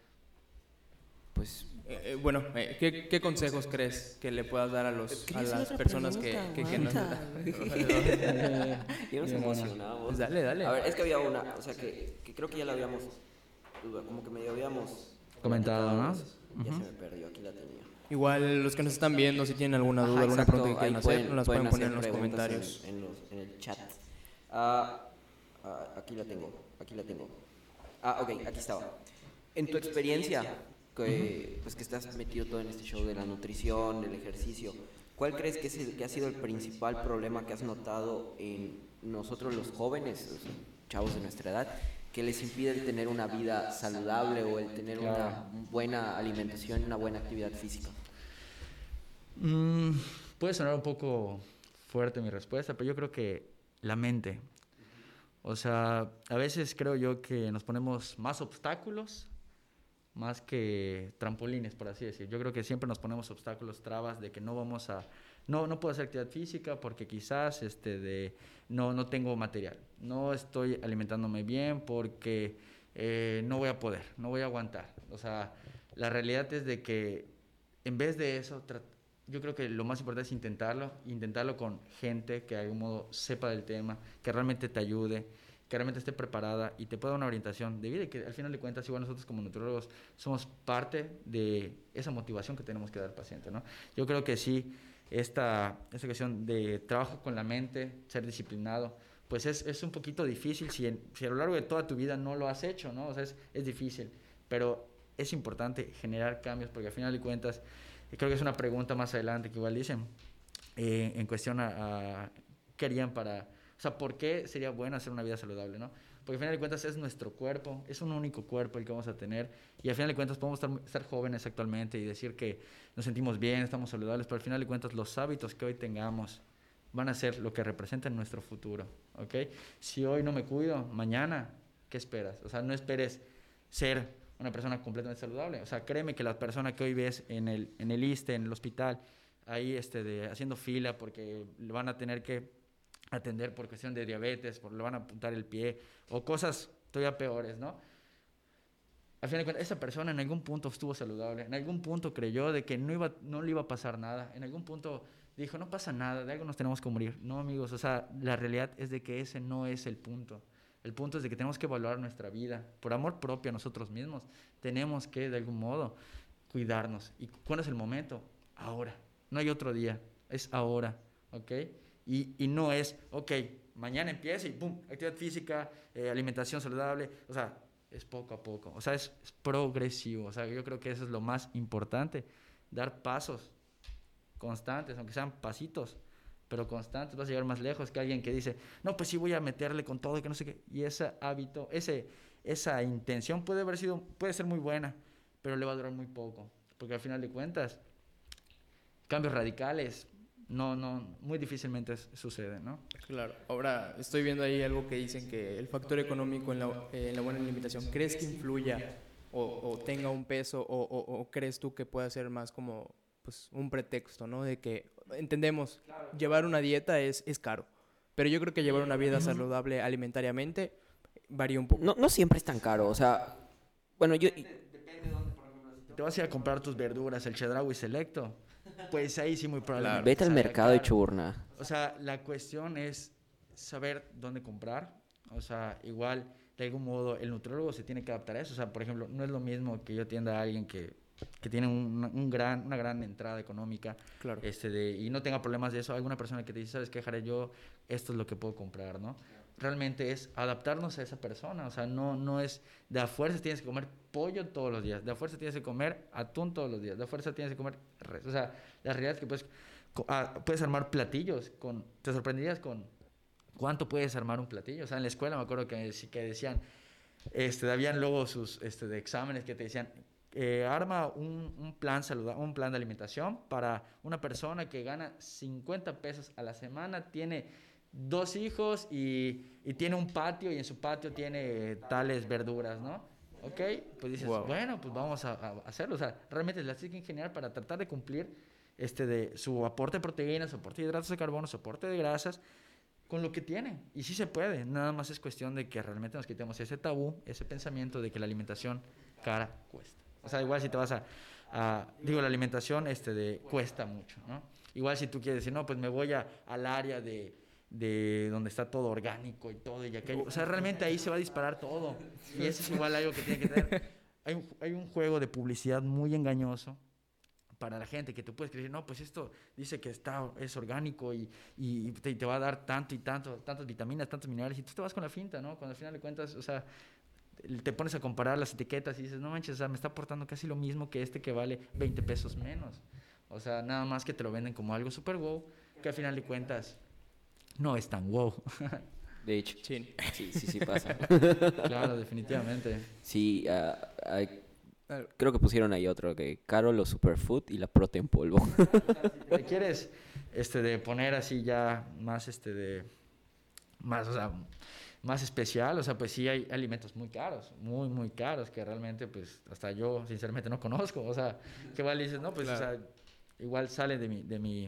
Pues Eh, eh, bueno, eh, ¿qué, ¿qué consejos crees que le puedas dar a, los, a las personas que, que, que nos... ya nos emocionamos. Pues dale, dale. A ver, es que había una, o sea, que, que creo que ya la habíamos, como que medio habíamos Comentado, ¿no? Ya uh-huh. se me perdió, aquí la tenía. Igual los que nos están viendo, si tienen alguna duda, Ajá, alguna exacto. pregunta que quieran Ahí hacer, pueden, nos las pueden pueden poner en hacer los preguntas comentarios. En, en, los, en el chat. Ah, ah, aquí la tengo, aquí la tengo. Ah, ok, aquí estaba. En tu experiencia, que, pues que estás metido todo en este show de la nutrición, del ejercicio, ¿cuál crees que, es el, que ha sido el principal problema que has notado en nosotros los jóvenes, los chavos de nuestra edad, que les impide el tener una vida saludable o el tener una buena alimentación, una buena actividad física? Mm, puede sonar un poco fuerte mi respuesta, pero yo creo que la mente. O sea, a veces creo yo que nos ponemos más obstáculos más que trampolines, por así decir. Yo creo que siempre nos ponemos obstáculos, trabas de que no vamos a... No, no puedo hacer actividad física porque quizás este, de, no, no tengo material. No estoy alimentándome bien porque eh, no voy a poder, no voy a aguantar. O sea, la realidad es de que en vez de eso, yo creo que lo más importante es intentarlo, intentarlo con gente que de algún modo sepa del tema, que realmente te ayude, que realmente esté preparada y te pueda dar una orientación de vida y que al final de cuentas igual nosotros como nutriólogos somos parte de esa motivación que tenemos que dar al paciente, ¿no? Yo creo que sí, esta, esta cuestión de trabajo con la mente, ser disciplinado, pues es, es un poquito difícil si, en, si a lo largo de toda tu vida no lo has hecho, ¿no? O sea, es, es difícil, pero es importante generar cambios porque al final de cuentas, creo que es una pregunta más adelante que igual dicen, eh, en cuestión a, a qué harían para... O sea, ¿por qué sería bueno hacer una vida saludable, no? Porque al final de cuentas es nuestro cuerpo, es un único cuerpo el que vamos a tener y al final de cuentas podemos estar, estar jóvenes actualmente y decir que nos sentimos bien, estamos saludables, pero al final de cuentas los hábitos que hoy tengamos van a ser lo que representan nuestro futuro, ¿ok? Si hoy no me cuido, mañana, ¿qué esperas? O sea, no esperes ser una persona completamente saludable. O sea, créeme que la persona que hoy ves en el, en el I S S S T E, en el hospital, ahí este, de, haciendo fila porque le van a tener que atender por cuestión de diabetes, por le van a apuntar el pie, o cosas todavía peores, ¿no? Al final de cuentas, esa persona en algún punto estuvo saludable, en algún punto creyó de que no, iba, no le iba a pasar nada, en algún punto dijo, no pasa nada, de algo nos tenemos que morir. No, amigos, o sea, la realidad es de que ese no es el punto. El punto es de que tenemos que evaluar nuestra vida, por amor propio a nosotros mismos. Tenemos que, de algún modo, cuidarnos. ¿Y cuándo es el momento? Ahora. No hay otro día, es ahora, ¿ok? Y, y no es, ok, mañana empieza y pum, actividad física, eh, alimentación saludable, o sea, es poco a poco, o sea, es, es progresivo, o sea, yo creo que eso es lo más importante, dar pasos constantes, aunque sean pasitos, pero constantes, vas a llegar más lejos que alguien que dice, no, pues sí voy a meterle con todo y que no sé qué, y ese hábito, ese, esa intención puede haber sido, puede ser muy buena, pero le va a durar muy poco, porque al final de cuentas, cambios radicales, no, no, muy difícilmente sucede, ¿no? Claro. Ahora estoy viendo ahí algo que dicen que el factor económico en la, eh, en la buena alimentación, ¿crees que influya o, o tenga un peso o, o, o crees tú que pueda ser más como pues un pretexto, ¿no? De que entendemos, claro, llevar una dieta es, es caro, pero yo creo que llevar una vida saludable alimentariamente varía un poco. No, no siempre es tan caro, o sea, bueno, yo... Depende de dónde, por ejemplo, si te vas a ir a comprar tus verduras, el Chedraui Selecto, pues ahí sí muy probablemente. Claro. Vete al mercado de Chuburná. O sea, la cuestión es saber dónde comprar. O sea, igual, de algún modo, el nutriólogo se tiene que adaptar a eso. O sea, por ejemplo, no es lo mismo que yo atienda a alguien que que tiene un, un gran, una gran entrada económica, Claro. este de, y no tenga problemas de eso, alguna persona que te dice, ¿sabes qué, Jare? Yo, esto es lo que puedo comprar, ¿no? Realmente es adaptarnos a esa persona, o sea, no, no es de a fuerza tienes que comer pollo todos los días, de a fuerza tienes que comer atún todos los días, de a fuerza tienes que comer res, o sea, la realidad es que puedes, ah, puedes armar platillos, con, te sorprenderías con cuánto puedes armar un platillo, o sea, en la escuela me acuerdo que, que decían, este, habían luego sus este, de exámenes que te decían, eh, arma un, un plan saludable, un plan de alimentación para una persona que gana cincuenta pesos a la semana, tiene dos hijos y, y tiene un patio y en su patio tiene tales verduras, ¿no? Ok, pues dices, wow. Bueno, pues vamos a, a hacerlo. O sea, realmente las tienes que ingeniar para tratar de cumplir este de su aporte de proteínas, su aporte de hidratos de carbono, su aporte de grasas, con lo que tiene. Y sí se puede, nada más es cuestión de que realmente nos quitemos ese tabú, ese pensamiento de que la alimentación cara cuesta. O sea, igual si te vas a, a digo, la alimentación este de, cuesta mucho, ¿no? Igual si tú quieres decir, no, pues me voy a, al área de... de donde está todo orgánico y todo y aquello, o sea, realmente ahí se va a disparar todo y eso es igual algo que tiene que tener. Hay un, hay un juego de publicidad muy engañoso para la gente que tú puedes creer, no, pues esto dice que está, es orgánico y, y te, te va a dar tanto y tanto, tantas vitaminas, tantos minerales, y tú te vas con la finta, ¿no? Cuando al final de cuentas, o sea, te pones a comparar las etiquetas y dices, no manches, o sea, me está aportando casi lo mismo que este que vale veinte pesos menos. O sea, nada más que te lo venden como algo súper wow, que al final de cuentas no es tan wow. De hecho, sí, sí, sí, sí pasa. Claro, definitivamente. Sí, uh, uh, creo que pusieron ahí otro, que caro los superfood y la prote en polvo. Si te quieres este, de poner así ya más, este, de, más, o sea, más especial, o sea, pues sí hay alimentos muy caros, muy, muy caros, que realmente, pues, hasta yo, sinceramente, no conozco. O sea, que igual dices, no, pues, claro. O sea, igual sale de mi... De mi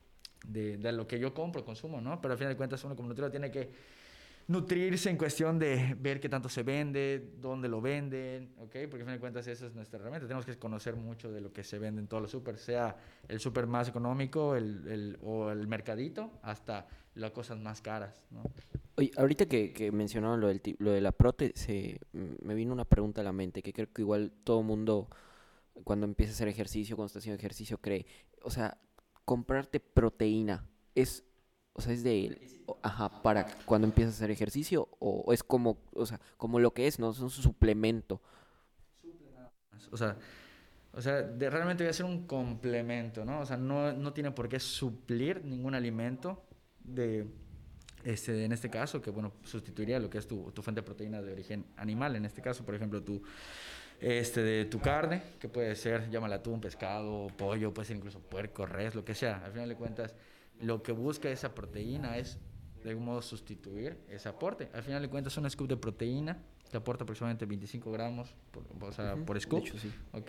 De, de lo que yo compro, consumo, ¿no? Pero al final de cuentas uno como nutriólogo tiene que nutrirse en cuestión de ver qué tanto se vende, dónde lo venden, ¿ok? Porque al final de cuentas esa es nuestra herramienta. Tenemos que conocer mucho de lo que se vende en todos los súper, sea el súper más económico el, el, o el mercadito, hasta las cosas más caras, ¿no? Oye, ahorita que, que mencionaron lo, del, lo de la prote, se, me vino una pregunta a la mente, que creo que igual todo mundo cuando empieza a hacer ejercicio, cuando está haciendo ejercicio, cree, o sea, comprarte proteína es, o sea, es de, ajá, para cuando empiezas a hacer ejercicio o, o es como, o sea, como lo que es, ¿no? Es un suplemento. O sea, o sea, de, realmente debe ser un complemento, ¿no? O sea, no, no tiene por qué suplir ningún alimento de, este, en este caso, que bueno, sustituiría lo que es tu, tu fuente de proteína de origen animal. En este caso, por ejemplo, tu Este, de tu carne, que puede ser, llámala atún, pescado, pollo, puede ser incluso puerco, res, lo que sea. Al final de cuentas, lo que busca esa proteína es, de algún modo, sustituir ese aporte. Al final de cuentas, un scoop de proteína te aporta aproximadamente veinticinco gramos, por, o sea, uh-huh. por scoop. De hecho, sí. ¿Ok?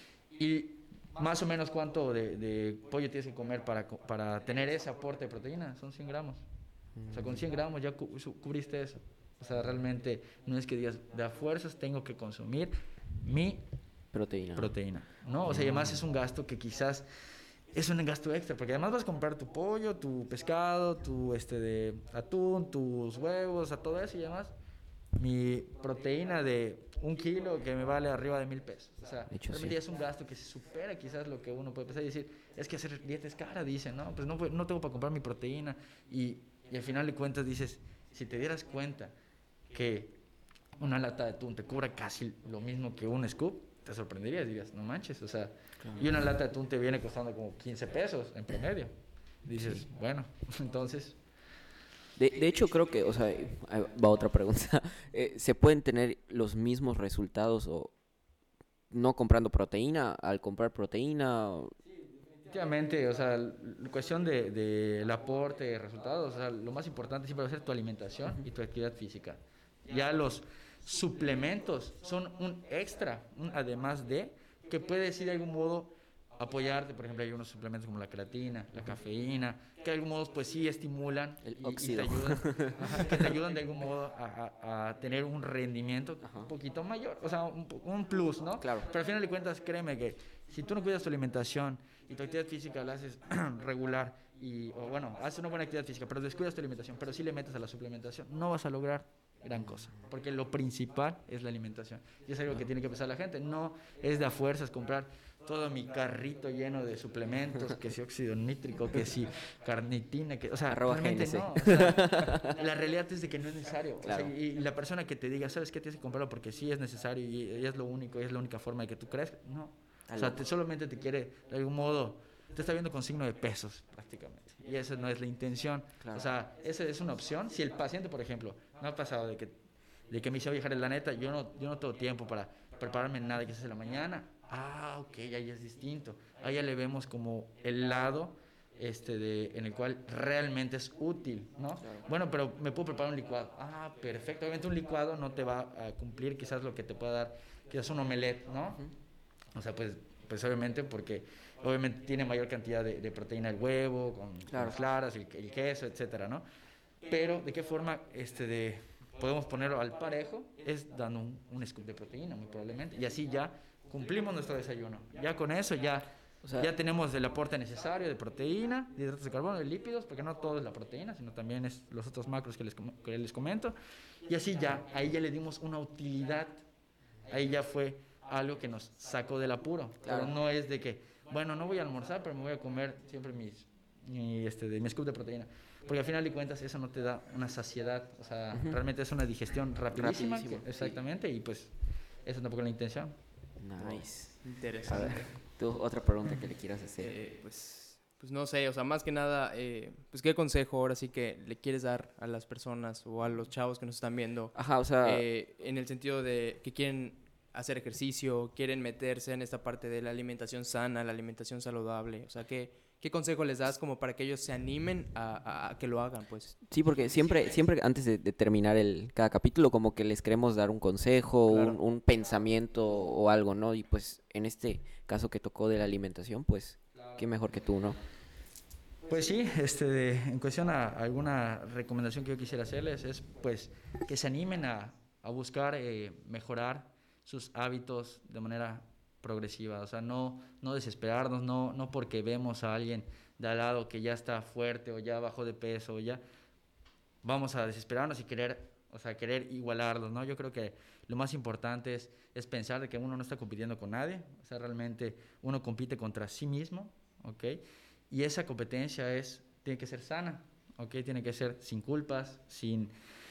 Y más o menos, ¿cuánto de, de pollo tienes que comer para, para tener ese aporte de proteína? Son cien gramos. Uh-huh. O sea, con cien gramos ya cu- cubriste eso. O sea, realmente no es que digas, de a fuerzas tengo que consumir mi proteína. proteína, ¿no? O sea, y además es un gasto que quizás es un gasto extra, porque además vas a comprar tu pollo, tu pescado, tu este de atún, tus huevos, a todo eso, y además mi proteína de un kilo que me vale arriba de mil pesos. O sea, hecho, realmente sí. Es un gasto que se supera quizás lo que uno puede pensar y decir, es que hacer dieta es cara, dicen, ¿no? Pues no, no tengo para comprar mi proteína, y, y al final de cuentas dices, si te dieras cuenta que una lata de atún te cobra casi lo mismo que un scoop, te sorprenderías, dirías, no manches, o sea, claro. Y una lata de atún te viene costando como quince pesos en promedio. Dices, sí. Bueno, entonces... De, de hecho, creo que, o sea, va otra pregunta, eh, ¿se pueden tener los mismos resultados o no comprando proteína al comprar proteína? O... Definitivamente, o sea, la cuestión del de, de aporte de resultados, o sea, lo más importante siempre va a ser tu alimentación y tu actividad física. Ya los suplementos son un extra, un además de, que puedes ir de algún modo apoyarte. Por ejemplo, hay unos suplementos como la creatina, la cafeína, que de algún modo pues sí estimulan el y, óxido. y te ayudan, ajá, que te ayudan de algún modo a, a, a tener un rendimiento ajá. un poquito mayor, o sea, un, un plus, ¿no? Claro. Pero al final de cuentas, créeme que si tú no cuidas tu alimentación y tu actividad física la haces regular, y, o bueno, haces una buena actividad física, pero descuidas tu alimentación, pero sí le metes a la suplementación, no vas a lograr gran cosa, porque lo principal es la alimentación, y es algo que tiene que pensar la gente, no es de a fuerzas comprar todo mi carrito lleno de suplementos, que si óxido nítrico, que si carnitina, que, o sea, Arroba realmente G N C. no, o sea, la realidad es de que no es necesario, Claro. o sea, y, y la persona que te diga, ¿sabes qué? Tienes que comprarlo porque sí es necesario y, y es lo único, y es la única forma de que tú crezcas, no, o sea, te, solamente te quiere, de algún modo, te está viendo con signo de pesos, prácticamente, y esa no es la intención, Claro. o sea, esa es una opción, si el paciente, por ejemplo, no ha pasado de que, de que me dice, oye, Jared, la neta, yo no, yo no tengo tiempo para prepararme nada que se hace en la mañana. Ah, ok, ahí es distinto. Ahí ya le vemos como el lado este de, en el cual realmente es útil, ¿no? Claro. Bueno, pero me puedo preparar un licuado. Ah, perfecto. Obviamente un licuado no te va a cumplir quizás lo que te pueda dar, quizás un omelette, ¿no? Uh-huh. O sea, pues, pues obviamente porque obviamente tiene mayor cantidad de, de proteína el huevo, con, claro. con las claras, el, el queso, etcétera, ¿no? Pero, ¿de qué forma este de podemos ponerlo al parejo? Es dando un, un scoop de proteína, muy probablemente. Y así ya cumplimos nuestro desayuno. Ya con eso ya, o sea, ya tenemos el aporte necesario de proteína, de hidratos de carbono, de lípidos, porque no todo es la proteína, sino también es los otros macros que les, que les comento. Y así ya, ahí ya le dimos una utilidad. Ahí ya fue algo que nos sacó del apuro. Claro. Pero no es de que, bueno, no voy a almorzar, pero me voy a comer siempre mis, mi, este, de, mi scoop de proteína. Porque al final de cuentas eso no te da una saciedad. O sea, uh-huh. realmente es una digestión rapidísima. Rapidísimo, que, exactamente, sí. Y pues eso tampoco es la intención. Nice. Interesante. A ver, tú, otra pregunta que le quieras hacer. Eh, pues, pues no sé, o sea, más que nada, eh, pues qué consejo ahora sí que le quieres dar a las personas o a los chavos que nos están viendo. Ajá, o sea, eh, en el sentido de que quieren hacer ejercicio, quieren meterse en esta parte de la alimentación sana, la alimentación saludable. O sea, ¿qué, qué consejo les das como para que ellos se animen a, a, a que lo hagan, pues? Sí, porque siempre, siempre antes de, de terminar el, cada capítulo, como que les queremos dar un consejo, claro. un, un pensamiento o algo, ¿no? Y pues en este caso que tocó de la alimentación, pues qué mejor que tú, ¿no? Pues sí, este, de, en cuestión a alguna recomendación que yo quisiera hacerles es pues que se animen a, a buscar eh, mejorar sus hábitos de manera progresiva, o sea, no, no desesperarnos, no, no porque vemos a alguien de al lado que ya está fuerte o ya bajó de peso o ya vamos a desesperarnos y querer, o sea, querer igualarlos, ¿no? Yo creo que lo más importante es, es pensar de que uno no está compitiendo con nadie, o sea, realmente uno compite contra sí mismo, ¿ok? Y esa competencia es, tiene que ser sana, ¿ok? Tiene que ser sin culpas, sin,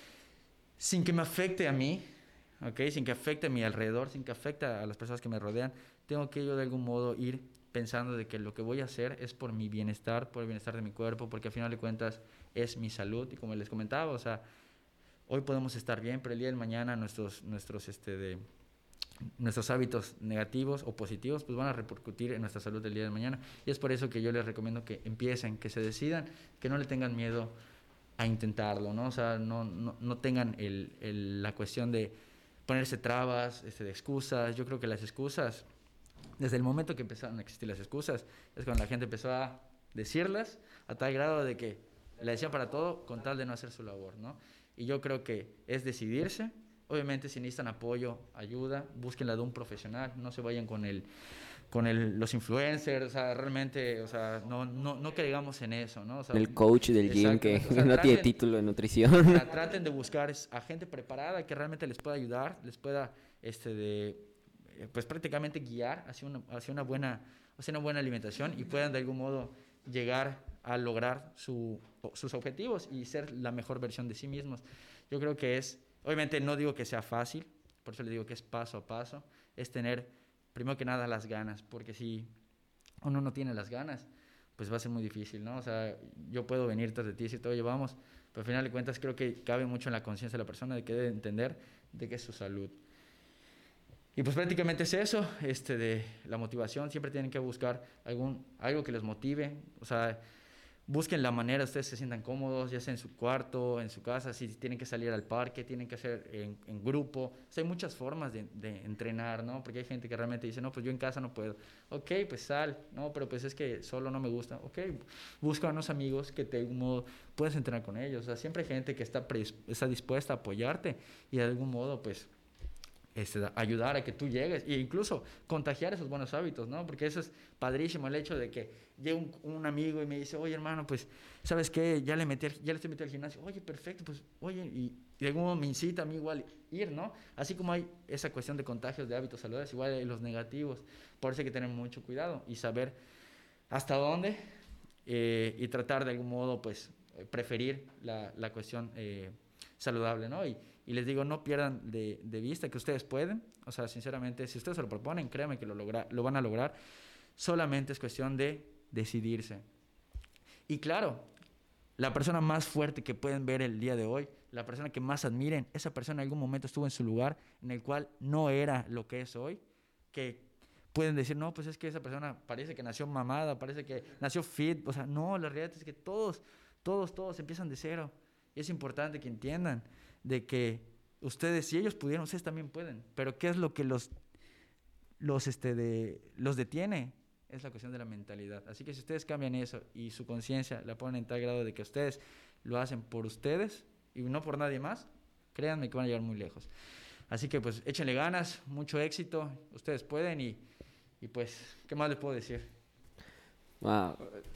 sin que me afecte a mí, ¿ok? Sin que afecte a mi alrededor, sin que afecte a las personas que me rodean. Tengo que yo de algún modo ir pensando de que lo que voy a hacer es por mi bienestar, por el bienestar de mi cuerpo, porque al final de cuentas es mi salud. Y como les comentaba, o sea, hoy podemos estar bien, pero el día de mañana nuestros, nuestros, este, de, nuestros hábitos negativos o positivos pues van a repercutir en nuestra salud el día de mañana. Y es por eso que yo les recomiendo que empiecen, que se decidan, que no le tengan miedo a intentarlo, ¿no? O sea, no, no, no tengan el, el, la cuestión de ponerse trabas, este, de excusas. Yo creo que las excusas, desde el momento que empezaron a existir las excusas, es cuando la gente empezó a decirlas a tal grado de que la decían para todo con tal de no hacer su labor, ¿no? Y yo creo que es decidirse. Obviamente si necesitan apoyo, ayuda, búsquenla de un profesional, no se vayan con el con el, los influencers, o sea, realmente, o sea, no, no, no caigamos en eso, ¿no? O sea, el coach del gym que o sea, no traten, tiene título de nutrición. O sea, traten de buscar a gente preparada que realmente les pueda ayudar, les pueda, este, de, pues prácticamente guiar hacia una, hacia una buena, hacia una buena alimentación y puedan de algún modo llegar a lograr su, sus objetivos y ser la mejor versión de sí mismos. Yo creo que es, obviamente no digo que sea fácil, por eso les digo que es paso a paso, es tener primero que nada las ganas, porque si uno no tiene las ganas, pues va a ser muy difícil, ¿no? O sea, yo puedo venir tras de ti y decirte, oye, vamos, pero al final de cuentas creo que cabe mucho en la conciencia de la persona de que debe entender de qué es su salud. Y pues prácticamente es eso, este, de la motivación, siempre tienen que buscar algún, algo que les motive, o sea, busquen la manera, ustedes se sientan cómodos, ya sea en su cuarto, en su casa, si tienen que salir al parque, tienen que hacer en, en grupo. O sea, hay muchas formas de, de entrenar, ¿no? Porque hay gente que realmente dice, no, pues yo en casa no puedo. Ok, pues sal, no, pero pues es que solo no me gusta. Ok, busca unos amigos que de algún modo puedes entrenar con ellos. O sea, siempre hay gente que está, predisp- está dispuesta a apoyarte y de algún modo, pues, este, ayudar a que tú llegues e incluso contagiar esos buenos hábitos, ¿no? Porque eso es padrísimo, el hecho de que llegue un, un amigo y me dice, oye, hermano, pues, ¿sabes qué? Ya le, metí, ya le estoy metiendo al gimnasio. Oye, perfecto, pues, oye, y, y de algún modo me incita a mí igual ir, ¿no? Así como hay esa cuestión de contagios de hábitos saludables, igual hay los negativos. Por eso hay que tener mucho cuidado y saber hasta dónde eh, y tratar de algún modo, pues, preferir la, la cuestión eh, saludable, ¿no? Y, y les digo, no pierdan de, de vista que ustedes pueden, o sea, sinceramente, si ustedes se lo proponen, créanme que lo, logra, lo van a lograr, solamente es cuestión de decidirse. Y claro, la persona más fuerte que pueden ver el día de hoy, la persona que más admiren, esa persona en algún momento estuvo en su lugar en el cual no era lo que es hoy, que pueden decir, no, pues es que esa persona parece que nació mamada, parece que nació fit, o sea, no, la realidad es que todos, todos, todos empiezan de cero. Y es importante que entiendan de que ustedes, si ellos pudieron, ustedes también pueden. Pero ¿qué es lo que los, los, este, de, los detiene? Es la cuestión de la mentalidad. Así que si ustedes cambian eso y su conciencia la ponen en tal grado de que ustedes lo hacen por ustedes y no por nadie más, créanme que van a llegar muy lejos. Así que pues échenle ganas, mucho éxito, ustedes pueden y, y pues, ¿qué más les puedo decir? Wow.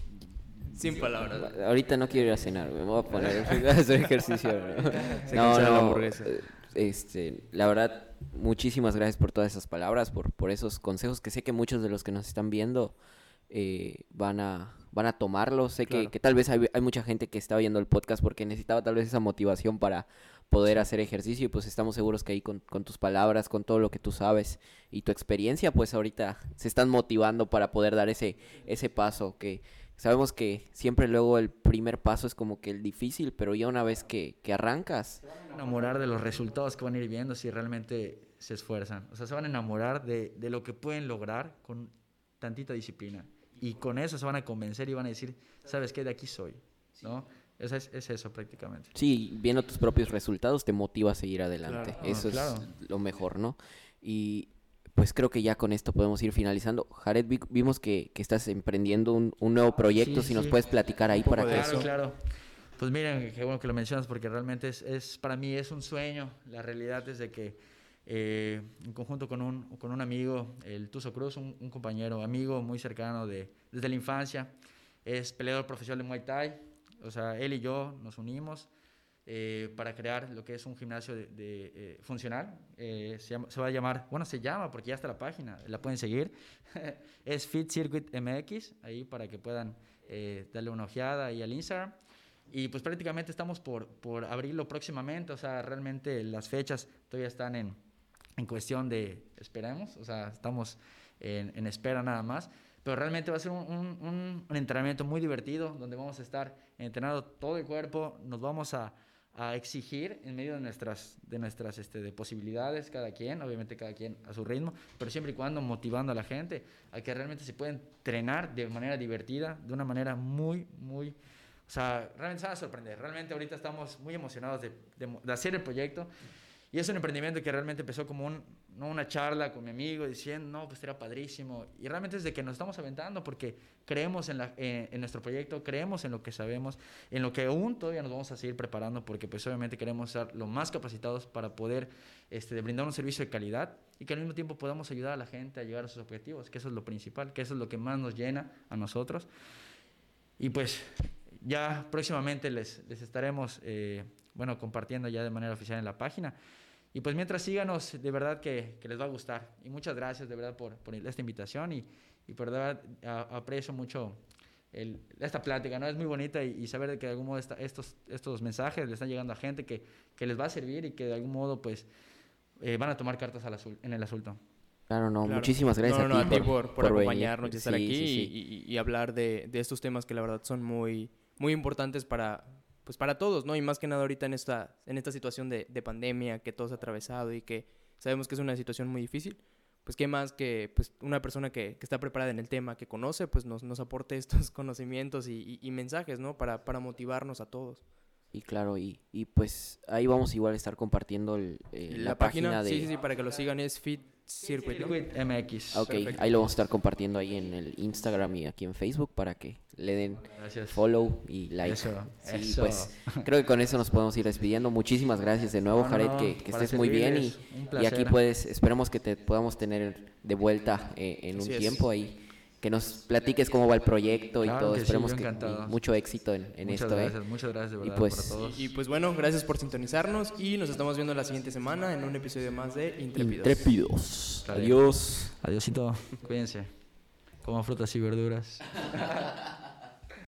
Sin palabras. Ahorita no quiero ir a cenar, me voy a poner a hacer ejercicio. ¿No? Se no, cancela no, la hamburguesa. Este, la verdad, muchísimas gracias por todas esas palabras, por, por esos consejos que sé que muchos de los que nos están viendo eh, van a van a tomarlos. Sé Claro. que, que tal vez hay, hay mucha gente que está viendo el podcast porque necesitaba tal vez esa motivación para poder hacer ejercicio y pues estamos seguros que ahí con, con tus palabras, con todo lo que tú sabes y tu experiencia, pues ahorita se están motivando para poder dar ese, ese paso que sabemos que siempre luego el primer paso es como que el difícil, pero ya una vez que, que arrancas... Se van a enamorar de los resultados que van a ir viendo si realmente se esfuerzan. O sea, se van a enamorar de, de lo que pueden lograr con tantita disciplina. Y con eso se van a convencer y van a decir, ¿sabes qué? De aquí soy, ¿no? Es, es, es eso prácticamente. Sí, viendo tus propios resultados te motiva a seguir adelante. Claro. Eso Ah, claro. es lo mejor, ¿no? Y... pues creo que ya con esto podemos ir finalizando. Jared, vi- vimos que, que estás emprendiendo un, un nuevo proyecto, Sí, si nos sí. puedes platicar ahí Un poco para de que... eso. Claro, claro. Pues miren, qué bueno que lo mencionas porque realmente es, es para mí es un sueño. La realidad es de que eh, en conjunto con un, con un amigo, el Tuzo Cruz, un, un compañero, amigo muy cercano de, desde la infancia, es peleador profesional de Muay Thai. O sea, él y yo nos unimos eh, para crear lo que es un gimnasio de, de, eh, funcional. Eh, se, llama, se va a llamar, bueno, se llama porque ya está la página, la pueden seguir. Es Fit Circuit M X, ahí para que puedan eh, darle una ojeada ahí al Instagram. Y pues prácticamente estamos por, por abrirlo próximamente, o sea, realmente las fechas todavía están en, en cuestión de, esperemos, o sea, estamos en, en espera nada más. Pero realmente va a ser un, un, un entrenamiento muy divertido, donde vamos a estar entrenando todo el cuerpo, nos vamos a, a exigir en medio de nuestras, de nuestras este, de posibilidades, cada quien, obviamente cada quien a su ritmo, pero siempre y cuando motivando a la gente a que realmente se pueda entrenar de manera divertida, de una manera muy, muy... O sea, realmente se van a sorprender. Realmente ahorita estamos muy emocionados de, de, de hacer el proyecto. Y es un emprendimiento que realmente empezó como un, ¿no? una charla con mi amigo diciendo, no, pues era padrísimo. Y realmente es de que nos estamos aventando porque creemos en, la, eh, en nuestro proyecto, creemos en lo que sabemos, en lo que aún todavía nos vamos a seguir preparando porque pues obviamente queremos ser lo más capacitados para poder este, brindar un servicio de calidad y que al mismo tiempo podamos ayudar a la gente a llegar a sus objetivos, que eso es lo principal, que eso es lo que más nos llena a nosotros. Y pues ya próximamente les, les estaremos eh, bueno, compartiendo ya de manera oficial en la página. Y pues mientras síganos, de verdad que, que les va a gustar. Y muchas gracias de verdad por, por esta invitación y, y por verdad a, aprecio mucho el, esta plática, ¿no? Es muy bonita y, y saber de que de algún modo esta, estos, estos mensajes le están llegando a gente que, que les va a servir y que de algún modo pues eh, van a tomar cartas al azul, en el asunto. Claro, no, Claro. muchísimas gracias no, no, a ti no, a ti por, por, por por acompañarnos venir. y estar Sí, aquí sí, sí. Y, y- y hablar de, de estos temas que la verdad son muy, muy importantes para, pues para todos, ¿no? Y más que nada ahorita en esta, en esta situación de, de pandemia que todos ha atravesado y que sabemos que es una situación muy difícil, pues qué más que pues, una persona que, que está preparada en el tema, que conoce, pues nos, nos aporte estos conocimientos y, y- y mensajes, ¿no? Para, para motivarnos a todos. Y claro, y, y pues ahí vamos igual a estar compartiendo el, eh, La, la, página, página de... sí, sí, sí, para que lo sigan es Fit Circuit, ¿no? Circuit M X. Ok, Perfecto. ahí lo vamos a estar compartiendo ahí en el Instagram y aquí en Facebook para que le den Gracias. follow y like. Eso, Sí, eso. pues creo que con eso nos podemos ir despidiendo. Muchísimas gracias de nuevo, No, no, Jared, no, que, que para estés muy bien y, servirles, un y aquí placer. puedes, esperemos que te podamos tener de vuelta eh, en Así un es. tiempo ahí, que nos platiques cómo va el proyecto y Claro todo. que sí, Esperemos yo que encantado. y mucho éxito en, en Muchas esto. gracias, eh. muchas gracias de Y verdad pues- para todos. Y, y pues bueno, gracias por sintonizarnos y nos estamos viendo la siguiente semana en un episodio más de Intrépidos. Intrépidos. Sale. Adiós. Adiósito, cuídense. Coman frutas y verduras.